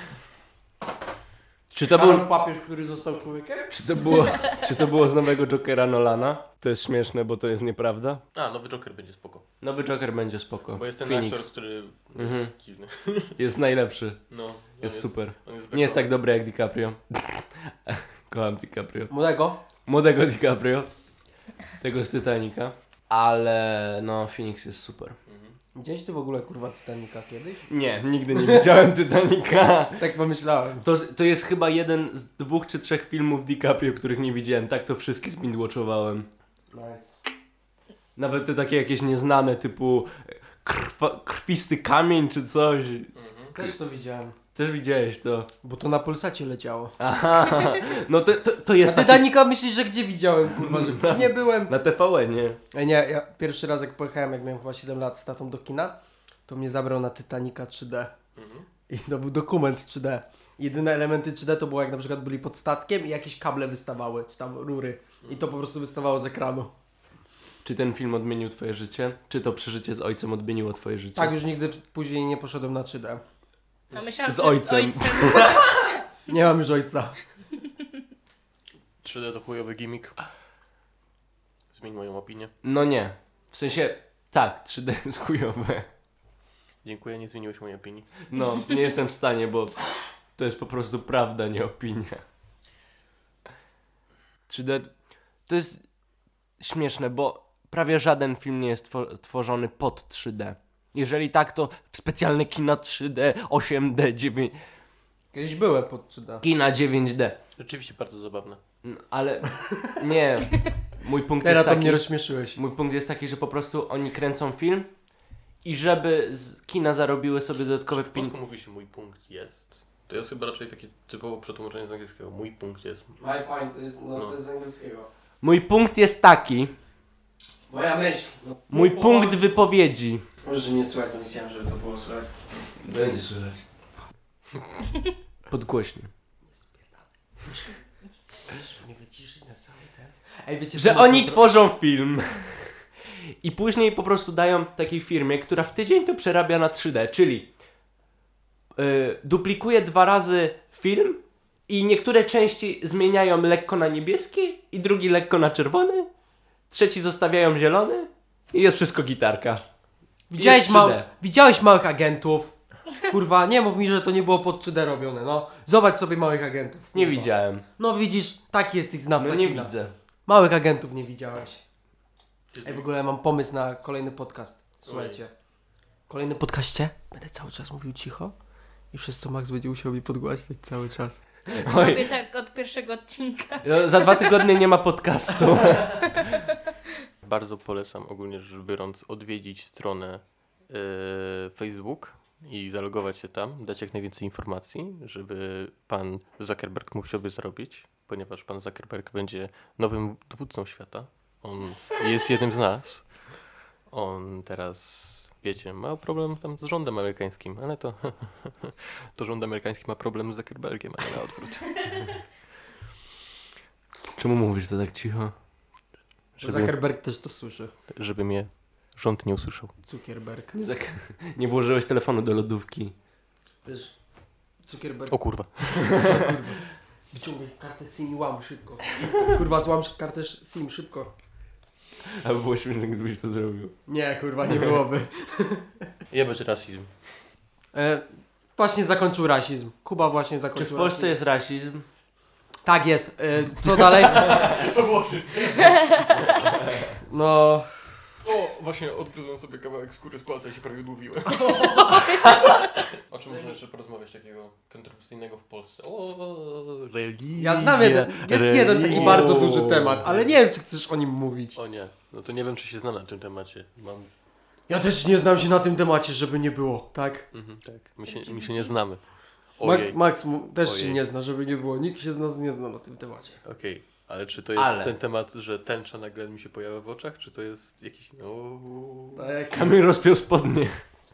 Czy to Karol był... papież, który został człowiekiem? Czy to było, czy to było z nowego Jokera Nolana? To jest śmieszne, bo to jest nieprawda. A, nowy Joker będzie spoko. Nowy Joker będzie spoko. Bo jest ten Phoenix aktor, który... Mhm. Dziwny. jest najlepszy. No. on Jest super. On jest Nie jest tak dobry jak DiCaprio. Kocham DiCaprio. Młodego? Młodego DiCaprio. Tego z Titanica. Ale no, Phoenix jest super. Mhm. Widziałeś ty w ogóle kurwa Titanica kiedyś? Nie, nigdy nie widziałem Titanica. Tak pomyślałem. To, to jest chyba jeden z dwóch czy trzech filmów DiCaprio, których nie widziałem. Tak to wszystkie spindwatchowałem. Nice. Nawet te takie jakieś nieznane, typu krwa, krwisty kamień czy coś. Mhm. Też to widziałem. Też widziałeś to. Bo to na Polsacie leciało. Aha, no to, to, to A jest taki... Titanica myślisz, że gdzie widziałem, kurwa, że w kinie byłem? Na T V N, nie? Ej, nie, ja pierwszy raz jak pojechałem, jak miałem chyba siedem lat z tatą do kina, to mnie zabrał na Titanica trzy D. Mhm. I to był dokument trzy D. Jedyne elementy trzy D to było jak na przykład byli pod statkiem i jakieś kable wystawały, czy tam rury. I to po prostu wystawało z ekranu. Czy ten film odmienił twoje życie? Czy to przeżycie z ojcem odmieniło twoje życie? Tak, już nigdy później nie poszedłem na trzy D. A myślałam, Z że ojcem. z ojcem. Nie mam już ojca. trzy D to chujowy gimmick. Zmień moją opinię. No nie. W sensie, tak, trzy D jest chujowe. Dziękuję, nie zmieniłeś mojej opinii. No, nie jestem w stanie, bo to jest po prostu prawda, nie opinia. trzy D to jest śmieszne, bo prawie żaden film nie jest two- tworzony pod trzy D. Jeżeli tak, to specjalne kina trzy D, osiem D, dziewięć... Kiedyś byłem pod trzy D. kina dziewięć D. Rzeczywiście bardzo zabawne. No, ale nie. Mój punkt Teraz jest to taki... mnie rozśmieszyłeś. Mój punkt jest taki, że po prostu oni kręcą film i żeby z kina zarobiły sobie dodatkowe Po pieniądze. polsku mówi się mój punkt jest. To jest chyba raczej takie typowo przetłumaczenie z angielskiego. Mój punkt jest. My point to jest, no, No. to jest z angielskiego. Mój punkt jest taki. Moja myśl. No, Mój po- punkt wypowiedzi. Może nie słuchać, bo nie chciałem, żeby to było słychać. Będzie słychać. Podgłośnie. Nie wyciszyć na cały ten. Ej, wiecie, Że co oni można- tworzą film i później po prostu dają takiej firmie, która w tydzień to przerabia na trzy D, czyli yy, duplikuje dwa razy film i niektóre części zmieniają lekko na niebieski i drugi lekko na czerwony, trzeci zostawiają zielony i jest wszystko gitarka. Widziałeś, Jest ma... trzy D. Widziałeś małych agentów? Kurwa, nie mów mi, że to nie było pod trzy D robione, no. Zobacz sobie małych agentów. Nie kurwa. widziałem. No widzisz, taki jest ich znawca No nie kina. widzę. Małych agentów nie widziałeś. Ej, w ogóle mam pomysł na kolejny podcast. Słuchajcie. W kolejnym podcaście będę cały czas mówił cicho i przez co Max będzie musiał mi podgłaśniać cały czas. Oj, Robię tak od pierwszego odcinka. no, za dwa tygodnie nie ma podcastu. Bardzo polecam ogólnie rzecz biorąc odwiedzić stronę yy, Facebook i zalogować się tam, dać jak najwięcej informacji, żeby pan Zuckerberg mógł sobie zarobić, ponieważ pan Zuckerberg będzie nowym dowódcą świata. On jest jednym z nas. On teraz, wiecie, ma problem tam z rządem amerykańskim, ale to, to rząd amerykański ma problem z Zuckerbergiem, a nie na odwrót. Czemu mówisz to tak cicho? Żeby, Zuckerberg też to słyszy. żeby mnie rząd nie usłyszał. Zuckerberg. Nie, zak- nie włożyłeś telefonu do lodówki. Wiesz, Zuckerberg. O kurwa. Wyciągnij kartę SIM i łam szybko. Kurwa, złam kartę SIM szybko. A było śmieszne, gdybyś to zrobił. Nie, kurwa, nie byłoby. Jebać rasizm. E, właśnie zakończył rasizm. Kuba właśnie Czy zakończył w Polsce rasizm. jest rasizm? Tak jest. E, co dalej? To było szybkie. No... O, właśnie odgryzłem sobie kawałek skóry z palca i się prawie odmówiłem. O czym można jeszcze porozmawiać takiego kontrowersyjnego w Polsce? O, religia. Ja znam jeden, jest jeden taki religia. bardzo duży temat, ale nie wiem, czy chcesz o nim mówić. O nie, no to nie wiem, czy się znam na tym temacie. Mam... Ja też nie znam się na tym temacie, żeby nie było, tak? Mhm, tak, my się, my się nie znamy. Ma- Ojej, Max mu- też Ojej. się nie zna, żeby nie było. Nikt się z nas nie zna na tym temacie. okej. Ale czy to jest Ale. ten temat, że tęcza nagle mi się pojawia w oczach, czy to jest jakiś... No... A jak... Kamil rozpiął spodnie.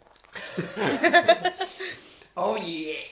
Oh yeah!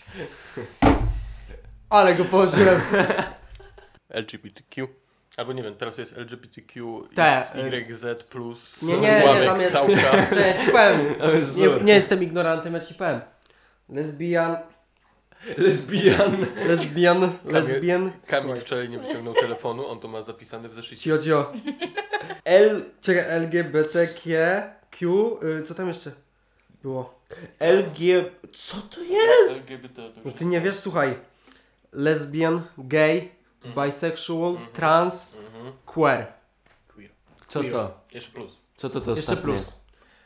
Ale go położyłem. L G B T Q? Albo nie wiem, teraz jest L G B T Q Te, Y Z plus Nie, nie, nie, ułamek tam jest... całka. Że ja ci powiem. To jest Nie, zobacz. nie jestem ignorantem, ja ci powiem. Lesbian, Lesbian. lesbian, lesbian. Kamil Słuchaj, wczoraj nie wyciągnął telefonu, on to ma zapisane w zeszycie. Cio, cio. L... Czekaj, L G B T Q, y, co tam jeszcze było? L G... Co to jest? L G B T to No już ty nie wiesz, słuchaj. Lesbian, gay, bisexual, Mhm. trans, Mhm. queer. Queer. Co to? Jeszcze plus. Co to to Jeszcze ostatnie? plus.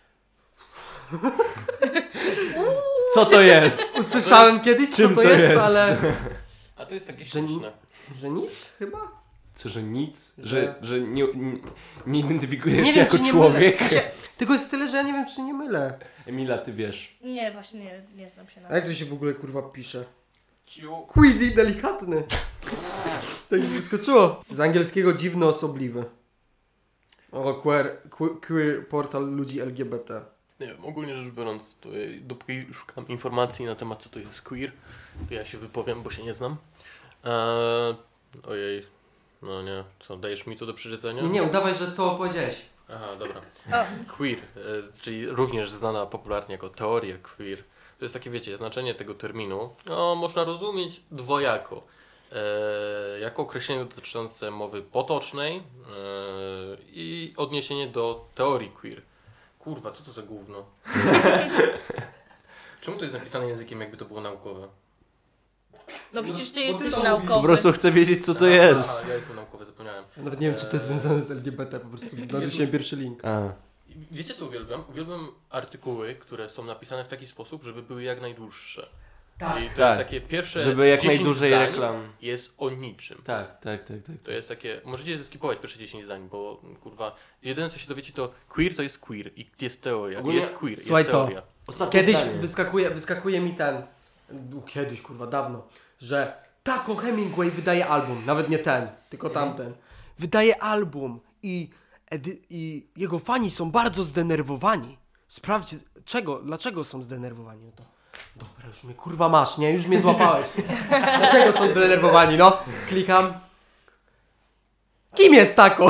Co to jest? Usłyszałem kiedyś, co Czym to to jest, jest? ale... A to jest takie Że ni- śmieszne. Że nic chyba? Co, że nic? Że- Że, że nie, nie, nie identyfikujesz Nie się wiem, jako czy nie człowiek? mylę. W sensie, tylko jest tyle, że ja nie wiem, czy nie mylę. Emila, ty wiesz. Nie, właśnie nie, nie znam się na A jak to się w ogóle kurwa pisze? Q. Quizzy delikatny. Tak mi wyskoczyło. Z angielskiego dziwny, osobliwy. O, queer, que- queer portal ludzi L G B T. Nie wiem, ogólnie rzecz biorąc, to ja, dopóki szukam informacji na temat, co to jest queer, to ja się wypowiem, bo się nie znam. Eee, ojej, no nie, co, dajesz mi to do przeczytania? Nie, nie, udawaj, że to powiedziałeś. Aha, dobra. O. Queer, e, czyli również znana popularnie jako teoria queer. To jest takie, wiecie, znaczenie tego terminu. No, można rozumieć dwojako. E, jako określenie dotyczące mowy potocznej e, i odniesienie do teorii queer. Kurwa, co to za gówno? Czemu to jest napisane językiem, jakby to było naukowe? No przecież ty Bo ty jesteś to naukowy. Po prostu chcę wiedzieć, co to Aha, jest. Aha, ja jestem naukowy, zapomniałem. Ja nawet nie wiem, czy to jest związane z L G B T, po prostu nadusiłem pierwszy link. A. Wiecie co uwielbiam? Uwielbiam artykuły, które są napisane w taki sposób, żeby były jak najdłuższe. Tak. I to Tak. jest takie pierwsze Żeby jak dziesięć najdłużej zdań reklam. jest o niczym. Tak, tak, tak, tak. To jest takie, możecie zeskipować pierwsze dziesięć zdań, bo kurwa, jedyne co się dowiecie to queer to jest queer i jest teoria, Ogólnie- jest queer, Słuchaj jest to. teoria. Ostatnie Kiedyś zdanie. wyskakuje, wyskakuje mi ten, u, kiedyś kurwa, dawno, że Taco Hemingway wydaje album, nawet nie ten, tylko tamten. Wydaje album i, edy, i jego fani są bardzo zdenerwowani. Sprawdź, czego, dlaczego są zdenerwowani. No to, dobra, już mnie kurwa masz, nie? Już mnie złapałeś. Dlaczego są zdenerwowani, no? Klikam. Kim jest Taco?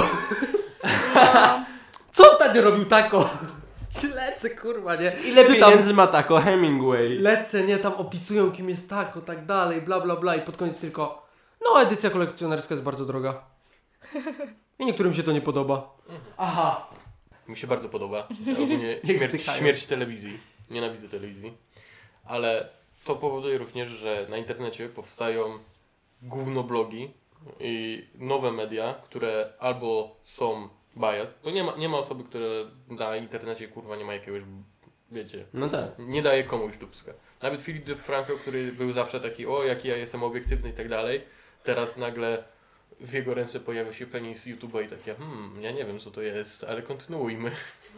Co ostatnio robił Taco? Lecę, kurwa, nie? Ile Czytam- pieniędzy ma tako Hemingway? Lecę, nie, tam opisują kim jest Taco, tak dalej, bla bla bla i pod koniec tylko no edycja kolekcjonerska jest bardzo droga. I niektórym się to nie podoba. Aha. Mi się bardzo podoba. Ogólnie Niech śmierć, zdychają. śmierć telewizji. Nienawidzę telewizji. Ale to powoduje również, że na internecie powstają gównoblogi i nowe media, które albo są bias, bo nie ma, nie ma osoby, która na internecie kurwa nie ma jakiegoś wiecie, No tak. nie daje komuś dupska. Nawet Philip DeFranco, który był zawsze taki, o jaki ja jestem obiektywny i tak dalej, teraz nagle w jego ręce pojawia się penis YouTube'a i takie, hmm, ja nie wiem co to jest, ale kontynuujmy.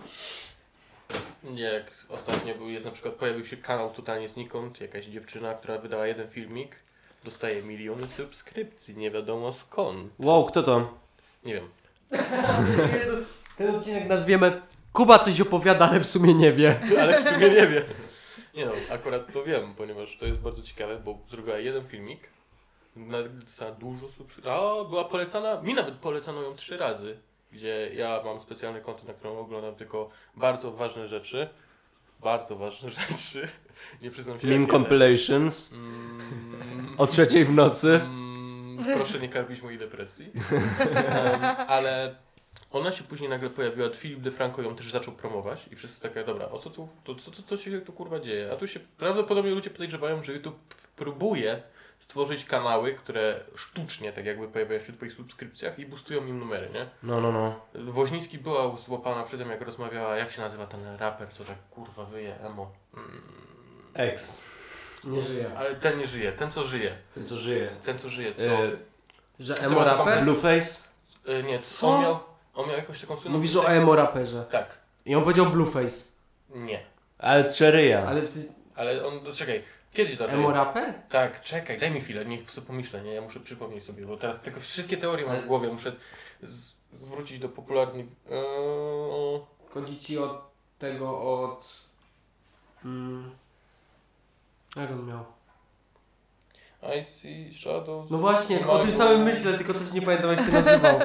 Nie, jak ostatnio był, jest na przykład, pojawił się kanał totalnie znikąd, jakaś dziewczyna, która wydała jeden filmik, dostaje miliony subskrypcji, nie wiadomo skąd. Wow, kto to? Nie wiem. Jezu, ten odcinek nazwiemy Kuba coś opowiada, ale w sumie nie wie. Ale w sumie nie wiem. Nie no, akurat to wiem, ponieważ to jest bardzo ciekawe, bo zrobiła jeden filmik, na, za dużo subskrypcji, a była polecana, mi nawet polecano ją trzy razy, gdzie ja mam specjalny konto, na którym oglądam tylko bardzo ważne rzeczy, bardzo ważne rzeczy, nie przyznam się Meme jakie. compilations Mm, o trzeciej w nocy. mm, proszę nie karmić mojej depresji. um, ale ona się później nagle pojawiła, Philip DeFranco ją też zaczął promować i wszyscy takie, dobra, o co tu, to, co, co, co się tu kurwa dzieje? A tu się prawdopodobnie ludzie podejrzewają, że YouTube próbuje stworzyć kanały, które sztucznie tak jakby pojawiają się w twoich subskrypcjach i boostują im numery, nie? No, no, no. Woźnicki była złapana przy tym, jak rozmawiała, jak się nazywa ten raper, co tak kurwa wyje, emo. Mm, Ex. Nie żyje. ale ten nie żyje, ten co żyje, Ten co żyje. ten co żyje, co... E, Że Co emo ma raper? Blueface? E, nie, Co? on miał, on miał jakąś taką słynną... Mówisz o emo raperze. Tak, I on powiedział Blueface. nie. Ale Cheryja. Ale w sensie, Ale on, no czekaj, kiedy to emo raper? Tak, czekaj, daj mi chwilę, niech sobie pomyślę, nie? Ja muszę przypomnieć sobie, bo teraz tylko wszystkie teorie mam w głowie, muszę z- zwrócić do popularnych... Eee, Chodzi ci od tego, od... Mm, jak on miał? I see shadows... No właśnie, o tym samym myślę, tylko też nie pamiętam jak się nazywał.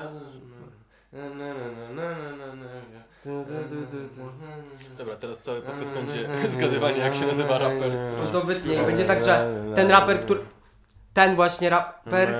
Tu, tu, tu, tu, tu. Dobra, teraz cały podcast będzie zgadywanie, jak się nazywa raper. No to wytnie i będzie tak, że ten raper, który... Ten właśnie raper...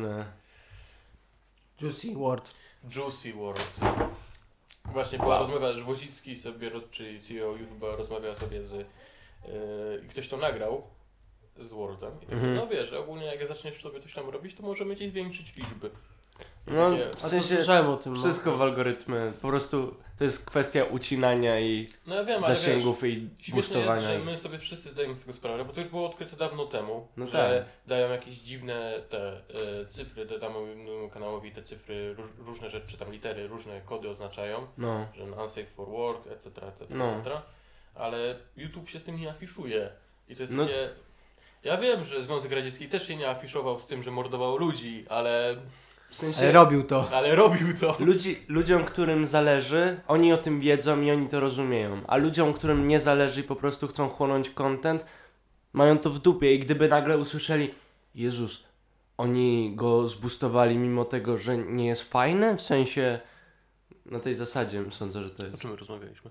Juicy Ward. Juicy World. Właśnie była rozmowa, że Wozicki sobie, roz, czyli C E O YouTube'a rozmawiał sobie z... Yy, i ktoś to nagrał z Wordem. I tak, Mhm. no wiesz, ogólnie jak zaczniesz sobie coś tam robić, to możemy ci zwiększyć liczby. I No, takie, w A to sensie słyszałem o tym, no. wszystko w algorytmy. Po prostu to jest kwestia ucinania i no ja wiem, ale wiesz, zasięgów i śmieszne jest, boostowania. że my sobie wszyscy zdajemy z tego sprawę, bo to już było odkryte dawno temu, No że tak. dają jakieś dziwne te e, cyfry, te damy innemu kanałowi te cyfry, róż, różne rzeczy, tam litery, różne kody oznaczają, No. że unsafe for work, et cetera, et cetera, No. et cetera. Ale YouTube się z tym nie afiszuje. I to jest No. takie... Ja wiem, że Związek Radziecki też się nie afiszował z tym, że mordował ludzi, ale... W sensie Ale robił to. ale robił to. ludzi, ludziom, którym zależy, oni o tym wiedzą i oni to rozumieją. A ludziom, którym nie zależy i po prostu chcą chłonąć content, mają to w dupie i gdyby nagle usłyszeli, Jezus, oni go zboostowali mimo tego, że nie jest fajne, w sensie na tej zasadzie sądzę, że to O jest. czym my rozmawialiśmy?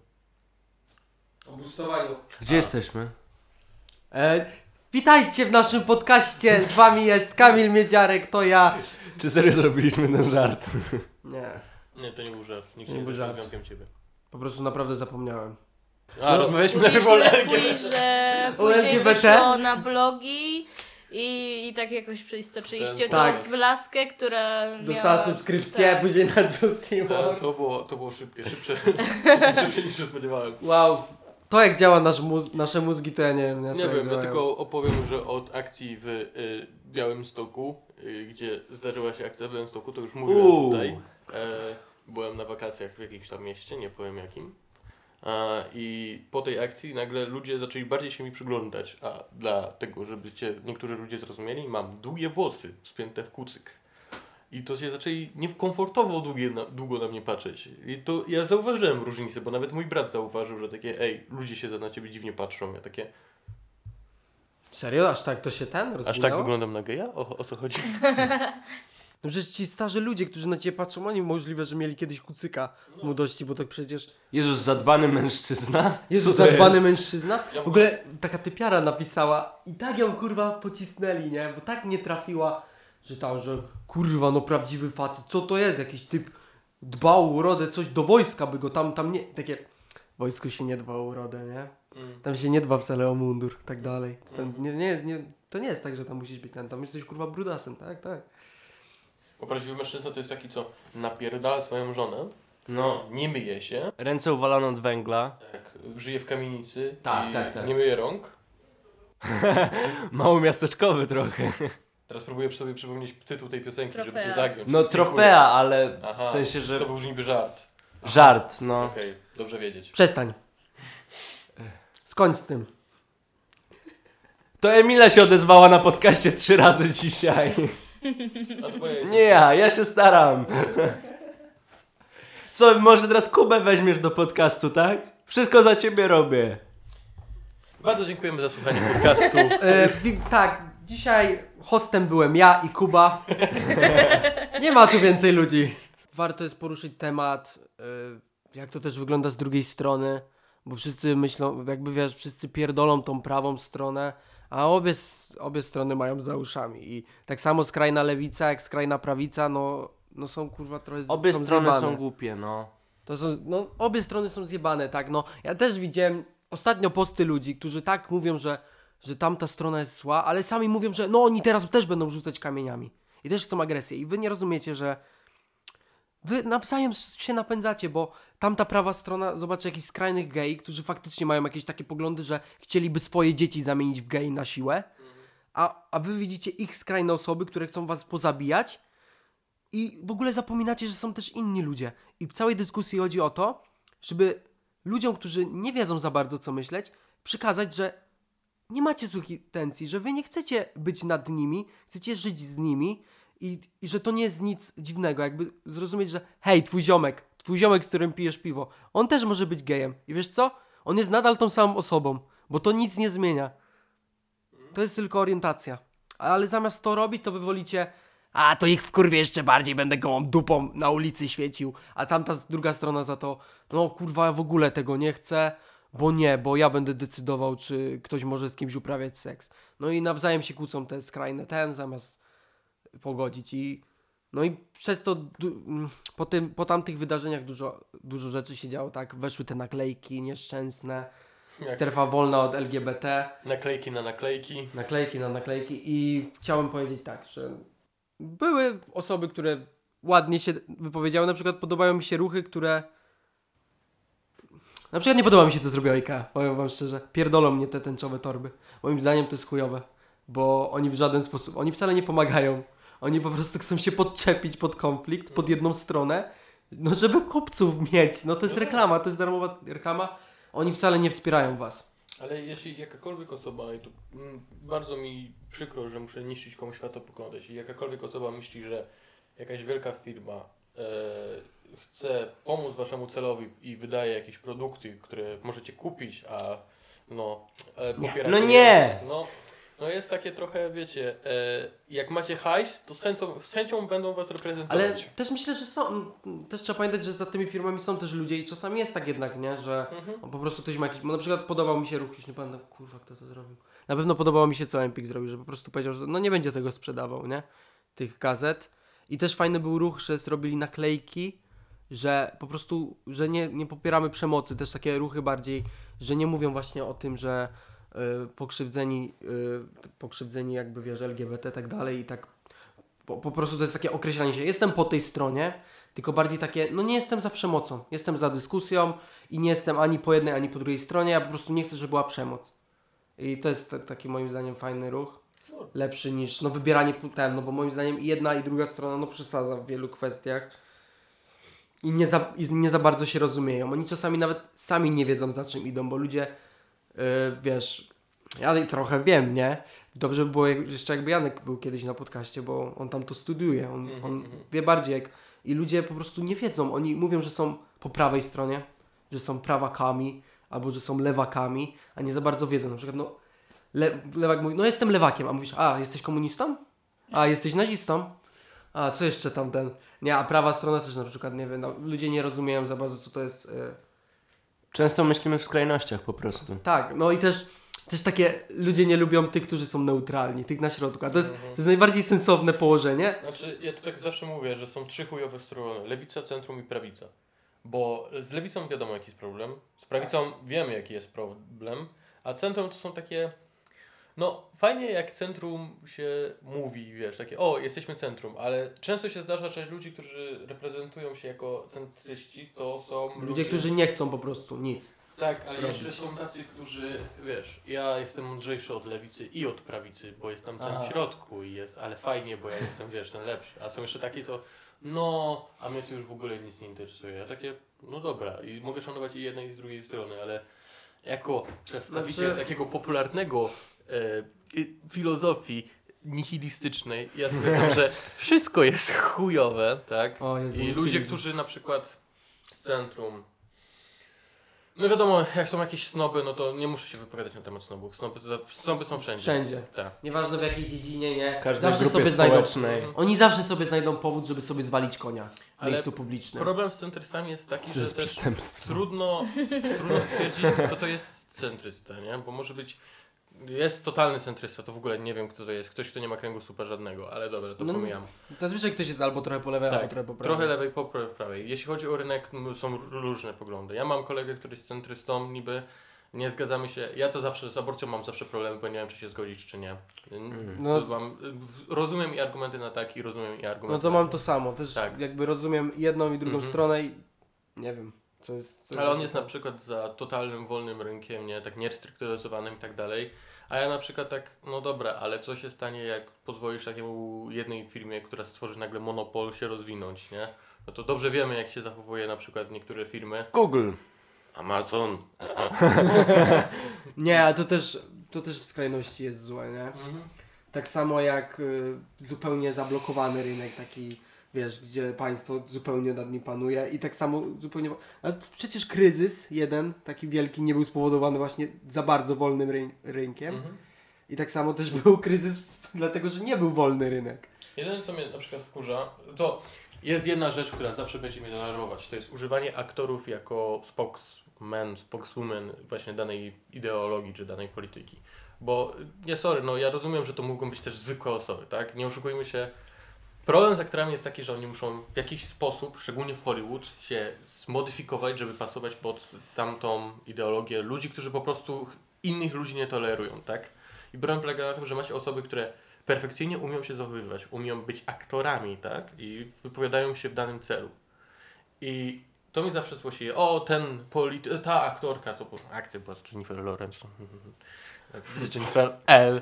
O boostowaniu. Gdzie A. jesteśmy? E, witajcie w naszym podcaście, z wami jest Kamil Miedziarek, to ja. Czy serio zrobiliśmy ten żart? Nie, Nie, to nie był żart. Nikt Nie nie był był żart. wyjątkiem ciebie. po prostu naprawdę zapomniałem. A, No, rozmawialiśmy najpierw o Mówiliśmy L G B T. później, że O później L G B T? wyszło na blogi i, i tak jakoś przeistoczyliście Tak. go w laskę, która Dostała miała... subskrypcję, tak. później na Juicy Tak, Ward. to było, to było szybkie, szybsze, szybsze niż się spodziewałem. Wow, to jak działa nasz mózg, nasze mózgi, to ja nie wiem. Ja Nie to wiem, jak ja działają. tylko opowiem, że od akcji w y, Białymstoku, y, gdzie zdarzyła się akcja w Białymstoku, to już mówiłem Uuu. tutaj. E, byłem na wakacjach w jakimś tam mieście, nie powiem jakim. A, I po tej akcji nagle ludzie zaczęli bardziej się mi przyglądać, a dlatego, żebyście niektórzy ludzie zrozumieli, mam długie włosy spięte w kucyk. I to się zaczęli niekomfortowo długie na, długo na mnie patrzeć. I to ja zauważyłem różnicę, bo nawet mój brat zauważył, że takie, ej, ludzie się na ciebie dziwnie patrzą. Ja takie, Serio? Aż tak to się ten rozwinęło? aż tak wyglądam na geja? O, o co chodzi? No przecież ci starzy ludzie, którzy na ciebie patrzą, oni możliwe, że mieli kiedyś kucyka w młodości, bo tak przecież... Jezus, zadbany mężczyzna? Jezus, Co to zadbany jest? mężczyzna? W ogóle taka typiara napisała i tak ją kurwa pocisnęli, nie? Bo tak nie trafiła, że tam, że kurwa, no prawdziwy facet, co to jest? Jakiś typ dbał o urodę, coś do wojska by go tam, tam nie... Takie... W wojsku się nie dba o urodę, nie? Mm. Tam się nie dba wcale o mundur, tak dalej. To, tam, nie, nie, nie, to nie jest tak, że tam musisz być ten, tam jesteś kurwa brudasem, tak, tak. Bo prawdziwy mężczyzna to jest taki, co napierdala swoją żonę, No. nie myje się, Ręce uwalone od węgla. tak, żyje w kamienicy Tak, i tak, tak. nie myje rąk. Mało miasteczkowy trochę. Teraz próbuję sobie przypomnieć tytuł tej piosenki, żeby Trofea. cię zagiąć. No Dziękuję. trofea, ale Aha, w sensie, że... to był już niby żart. Żart, no. Okej, dobrze wiedzieć. Przestań. Skończ z tym. To Emila się odezwała na podcaście trzy razy dzisiaj. A to bo ja Nie ja, ja się staram. Co, może teraz Kubę weźmiesz do podcastu, tak? Wszystko za ciebie robię. Bardzo dziękujemy za słuchanie podcastu. E, wi- tak, dzisiaj hostem byłem ja i Kuba. Nie ma tu więcej ludzi. Warto jest poruszyć temat, e, jak to też wygląda z drugiej strony, bo wszyscy myślą, jakby wiesz, wszyscy pierdolą tą prawą stronę, a obie, s- obie strony mają za uszami. I tak samo skrajna lewica, jak skrajna prawica, no, no są kurwa trochę z- Obie są strony zjebane. są głupie, no. To są, no, obie strony są zjebane, tak, no. Ja też widziałem ostatnio posty ludzi, którzy tak mówią, że, że tamta strona jest zła, ale sami mówią, że no oni teraz też będą rzucać kamieniami. I też chcą agresję. I wy nie rozumiecie, że wy nawzajem się napędzacie, bo tamta prawa strona, zobaczcie jakichś skrajnych gej, którzy faktycznie mają jakieś takie poglądy, że chcieliby swoje dzieci zamienić w gej na siłę, a, a wy widzicie ich skrajne osoby, które chcą was pozabijać, i w ogóle zapominacie, że są też inni ludzie. I w całej dyskusji chodzi o to, żeby ludziom, którzy nie wiedzą za bardzo co myśleć, przekazać, że nie macie złych intencji, że wy nie chcecie być nad nimi, chcecie żyć z nimi i, i że to nie jest nic dziwnego. Jakby zrozumieć, że hej, twój ziomek, twój ziomek, z którym pijesz piwo, on też może być gejem. I wiesz co? On jest nadal tą samą osobą, bo to nic nie zmienia. To jest tylko orientacja. Ale zamiast to robić, to wy wolicie: a to ich wkurwię jeszcze bardziej, będę gołą dupą na ulicy świecił, a tamta druga strona za to: no kurwa, ja w ogóle tego nie chcę, bo nie, bo ja będę decydował, czy ktoś może z kimś uprawiać seks. No i nawzajem się kłócą te skrajne ten, zamiast pogodzić. I no i przez to du- mm, po, tym, po tamtych wydarzeniach dużo, dużo rzeczy się działo, tak, weszły te naklejki nieszczęsne, Jak strefa wolna od L G B T, naklejki na naklejki. naklejki na naklejki, i chciałem powiedzieć tak, że były osoby, które ładnie się wypowiedziały. Na przykład podobają mi się ruchy, które... Na przykład nie podoba mi się, co zrobiła IKEA, powiem wam szczerze. Pierdolą mnie te tęczowe torby. Moim zdaniem to jest chujowe, bo oni w żaden sposób... Oni wcale nie pomagają. Oni po prostu chcą się podczepić pod konflikt, pod jedną stronę, no żeby kupców mieć. No to jest reklama, to jest darmowa reklama. Oni wcale nie wspierają was. Ale jeśli jakakolwiek osoba, i tu mm, bardzo mi przykro, że muszę niszczyć komuś światopogląd, jeśli jakakolwiek osoba myśli, że jakaś wielka firma e, chce pomóc waszemu celowi i wydaje jakieś produkty, które możecie kupić, a no e, Nie. popieracie No je, nie! No, no jest takie trochę, wiecie, e, jak macie hajs, to z chęcią, z chęcią będą was reprezentować. Ale też myślę, że są, m, też trzeba pamiętać, że za tymi firmami są też ludzie i czasami jest tak jednak, nie, że Mhm. po prostu ktoś ma jakiś, bo na przykład podobał mi się ruch, już nie pamiętam, kurwa, kto to zrobił. Na pewno podobało mi się, co Empik zrobił, że po prostu powiedział, że no nie będzie tego sprzedawał, nie, tych gazet. I też fajny był ruch, że zrobili naklejki, że po prostu, że nie, nie popieramy przemocy, też takie ruchy bardziej, że nie mówią właśnie o tym, że y, pokrzywdzeni, y, pokrzywdzeni jakby, wiesz, L G B T i tak dalej i tak. Po, po prostu to jest takie określanie się: jestem po tej stronie, tylko bardziej takie, no nie jestem za przemocą, jestem za dyskusją i nie jestem ani po jednej, ani po drugiej stronie, ja po prostu nie chcę, żeby była przemoc. I to jest t- taki moim zdaniem fajny ruch, lepszy niż no wybieranie pu- ten, no bo moim zdaniem i jedna i druga strona no przesadza w wielu kwestiach i nie za, i nie za bardzo się rozumieją. Oni czasami nawet sami nie wiedzą, za czym idą, bo ludzie, yy, wiesz, ja trochę wiem, nie? Dobrze by było jak- jeszcze jakby Janek był kiedyś na podcaście, bo on tam to studiuje, on, on wie bardziej jak... I ludzie po prostu nie wiedzą, oni mówią, że są po prawej stronie, że są prawakami, albo że są lewakami, a nie za bardzo wiedzą. Na przykład, no, le, lewak mówi: no jestem lewakiem, a mówisz: a, jesteś komunistą? A, jesteś nazistą? A, co jeszcze tamten? Nie, a prawa strona też na przykład, nie wiem, no, ludzie nie rozumieją za bardzo, co to jest... Yy, Często myślimy w skrajnościach po prostu. Tak, no i też, też takie, ludzie nie lubią tych, którzy są neutralni, tych na środku, a to jest, to jest najbardziej sensowne położenie. Znaczy, ja to tak zawsze mówię, że są trzy chujowe strony: lewica, centrum i prawica. Bo z lewicą wiadomo jaki jest problem, z prawicą wiemy jaki jest problem, a centrum to są takie... No, fajnie jak centrum się mówi, wiesz, takie: o, jesteśmy centrum, ale często się zdarza, że ludzi, którzy reprezentują się jako centryści, to są Ludzie, którzy nie chcą po prostu nic. Tak, ale robić. jeszcze są tacy, którzy, wiesz, ja jestem mądrzejszy od lewicy i od prawicy, bo jestem tam Aha. w środku i jest, ale fajnie, bo ja jestem, wiesz, ten lepszy. A są jeszcze takie, co, no, a mnie to już w ogóle nic nie interesuje. Ja takie, no dobra, i mogę szanować i jednej i z drugiej strony, ale jako przedstawiciel Znaczy- takiego popularnego e, y, filozofii nihilistycznej, ja stwierdzam, że wszystko jest chujowe, tak? O Jezu, I nie ludzie, chwili. którzy na przykład z centrum. No wiadomo, jak są jakieś snoby, no to nie muszę się wypowiadać na temat snobów. Snoby, snoby są wszędzie. Wszędzie. Tak. Nieważne w jakiej dziedzinie, nie? Każdej zawsze grupie sobie znajdą. społecznej. Oni zawsze sobie znajdą powód, żeby sobie zwalić konia w Ale miejscu publicznym. Problem z centrystami jest taki, To że jest też przestępstwo. trudno, trudno stwierdzić, kto to jest centrysta, nie? Bo może być. Jest totalny centrysta, to w ogóle nie wiem, kto to jest. Ktoś, kto nie ma kręgu super żadnego, ale dobra, to No, pomijam. Zazwyczaj ktoś jest albo trochę po lewej, albo Tak, trochę po prawej. trochę lewej, po prawej. Jeśli chodzi o rynek, m, są różne poglądy. Ja mam kolegę, który jest centrystą, niby nie zgadzamy się. Ja to zawsze z aborcją mam zawsze problemy, bo nie wiem, czy się zgodzić, czy nie. No- No. Mam, w- rozumiem i argumenty na tak, i rozumiem i argumenty No to na mam to samo. Też Tak. jakby rozumiem jedną i drugą Mhm. stronę i nie wiem, co jest... Co Ale on jest na przykład za totalnym wolnym rynkiem, nie, tak nierestrukturyzowanym i tak dalej. A ja na przykład tak, no dobra, ale co się stanie, jak pozwolisz takiemu jednej firmie, która stworzy nagle monopol, się rozwinąć, nie? No to dobrze wiemy, jak się zachowuje na przykład niektóre firmy. Google. Amazon. Nie, ale to też, to też w skrajności jest złe, nie? Mhm. Tak samo jak y, zupełnie zablokowany rynek taki, wiesz, gdzie państwo zupełnie nad nim panuje i tak samo zupełnie... Ale przecież kryzys jeden, taki wielki, nie był spowodowany właśnie za bardzo wolnym ry- rynkiem. Mhm. I tak samo też był kryzys dlatego, że nie był wolny rynek. Jedyne, co mnie na przykład wkurza, to jest jedna rzecz, która zawsze będzie mnie denerwować. To jest używanie aktorów jako spokesman, spokeswoman właśnie danej ideologii czy danej polityki. Bo, nie sorry, no ja rozumiem, że to mogą być też zwykłe osoby, tak? Nie oszukujmy się. Problem z aktorami jest taki, że oni muszą w jakiś sposób, szczególnie w Hollywood, się zmodyfikować, żeby pasować pod tamtą ideologię ludzi, którzy po prostu innych ludzi nie tolerują, tak? I problem polega na tym, że macie osoby, które perfekcyjnie umią się zachowywać, umią być aktorami, tak? I wypowiadają się w danym celu. I to mi zawsze złosi, o ten polity- ta aktorka, to była akcja była z Jennifer Lawrence. Z Jennifer L.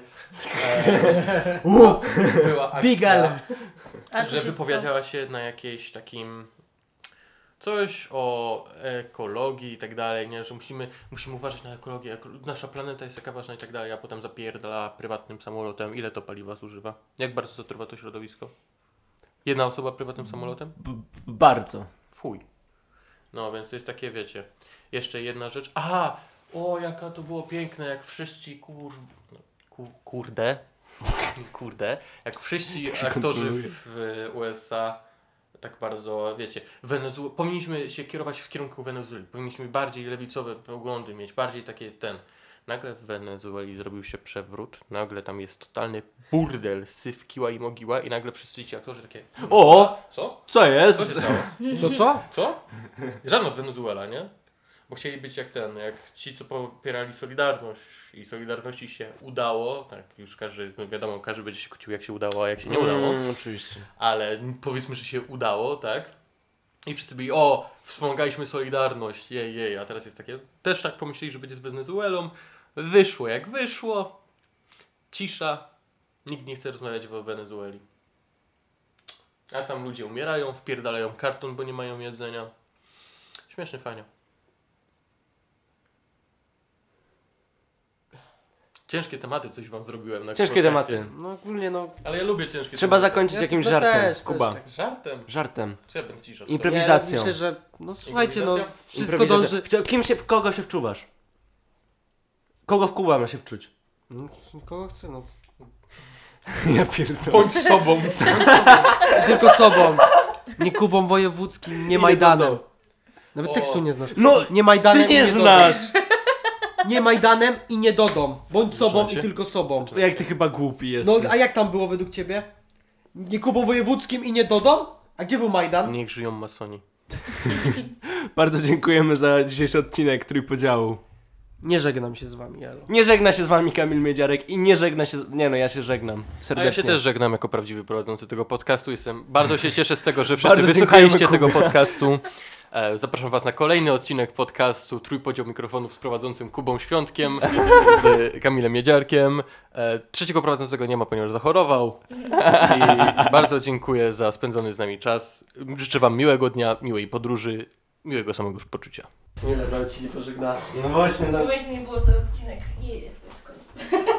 E, była akcja, Big L. A co że się wypowiedziała się na jakieś takim coś o ekologii i tak dalej, nie? Że musimy, musimy uważać na ekologię, eko- nasza planeta jest taka ważna i tak dalej, a potem zapierdala prywatnym samolotem. Ile to paliwa zużywa? Jak bardzo zatruwa to środowisko? Jedna osoba prywatnym samolotem? B- bardzo. Fuj. No, więc to jest takie, wiecie, jeszcze jedna rzecz. Aha! O, jaka to było piękne, jak wszyscy kur... no, ku, kurde. Kurde. Jak wszyscy się aktorzy kontroluje. w, w U S A tak bardzo, wiecie, Wenezue... powinniśmy się kierować w kierunku Wenezueli. Powinniśmy bardziej lewicowe poglądy mieć, bardziej takie ten... Nagle w Wenezueli zrobił się przewrót, nagle tam jest totalny burdel, syf, kiła i mogiła i nagle wszyscy ci aktorzy takie... O! Co? Co Co jest? się stało? Co, co? Co? Żadna Wenezuela, nie? Bo chcieli być jak ten, jak ci, co popierali Solidarność i Solidarności się udało, tak już każdy, no wiadomo, każdy będzie się kłócił jak się udało, a jak się nie udało, Mm, oczywiście. ale powiedzmy, że się udało, tak? I wszyscy byli, o, wspomagaliśmy Solidarność, jej, jej, a teraz jest takie, też tak pomyśleli, że będzie z Wenezuelą, wyszło jak wyszło, cisza, nikt nie chce rozmawiać o Wenezueli. A tam ludzie umierają, wpierdalają karton, bo nie mają jedzenia. Śmiesznie, fajnie. Ciężkie tematy coś wam zrobiłem na Ciężkie podcaście. tematy. No ogólnie no... Ale ja lubię ciężkie Trzeba tematy. zakończyć Ja jakimś to żartem, też, też Kuba. tak. Żartem? Żartem. Co ja będę ci żartem? Impre- Improwizacją. Ja myślę, że... No słuchajcie, no Improwizacja? wszystko Improwizacja. dąży... W- Kim się, w kogo się wczuwasz? Kogo w Kuba ma się wczuć? No, kogo chce, no. Ja pierdolę. Bądź sobą. Tylko sobą. Nie Kubą Wojewódzkim, nie Majdanem. Dodą. Nawet O. tekstu nie znasz. No, Nie Majdanem Ty nie i Dodą. znasz! Nie Majdanem i nie Dodą. Bądź sobą Zaczyna się? i tylko sobą. No jak ty chyba głupi No jesteś. a jak tam było według ciebie? Nie Kubą Wojewódzkim i nie Dodą? A gdzie był Majdan? Niech żyją masoni. Bardzo dziękujemy za dzisiejszy odcinek Trójpodziału. Nie żegnam się z wami, Jalo. Nie żegna się z wami Kamil Miedziarek i nie żegna się... Z... Nie no, ja się żegnam. Serdecznie. A ja się też żegnam jako prawdziwy prowadzący tego podcastu. Jestem bardzo się cieszę z tego, że wszyscy Bardzo wysłuchaliście dziękujemy, tego podcastu. E, zapraszam Was na kolejny odcinek podcastu Trójpodział Mikrofonów z prowadzącym Kubą Świątkiem, z Kamilem Miedziarkiem. E, trzeciego prowadzącego nie ma, ponieważ zachorował. I bardzo dziękuję za spędzony z nami czas. Życzę Wam miłego dnia, miłej podróży, miłego samego poczucia. Ile nawet się nie pożegna. No właśnie, no. Powiedz, nie było cały odcinek. Nie, w końcu.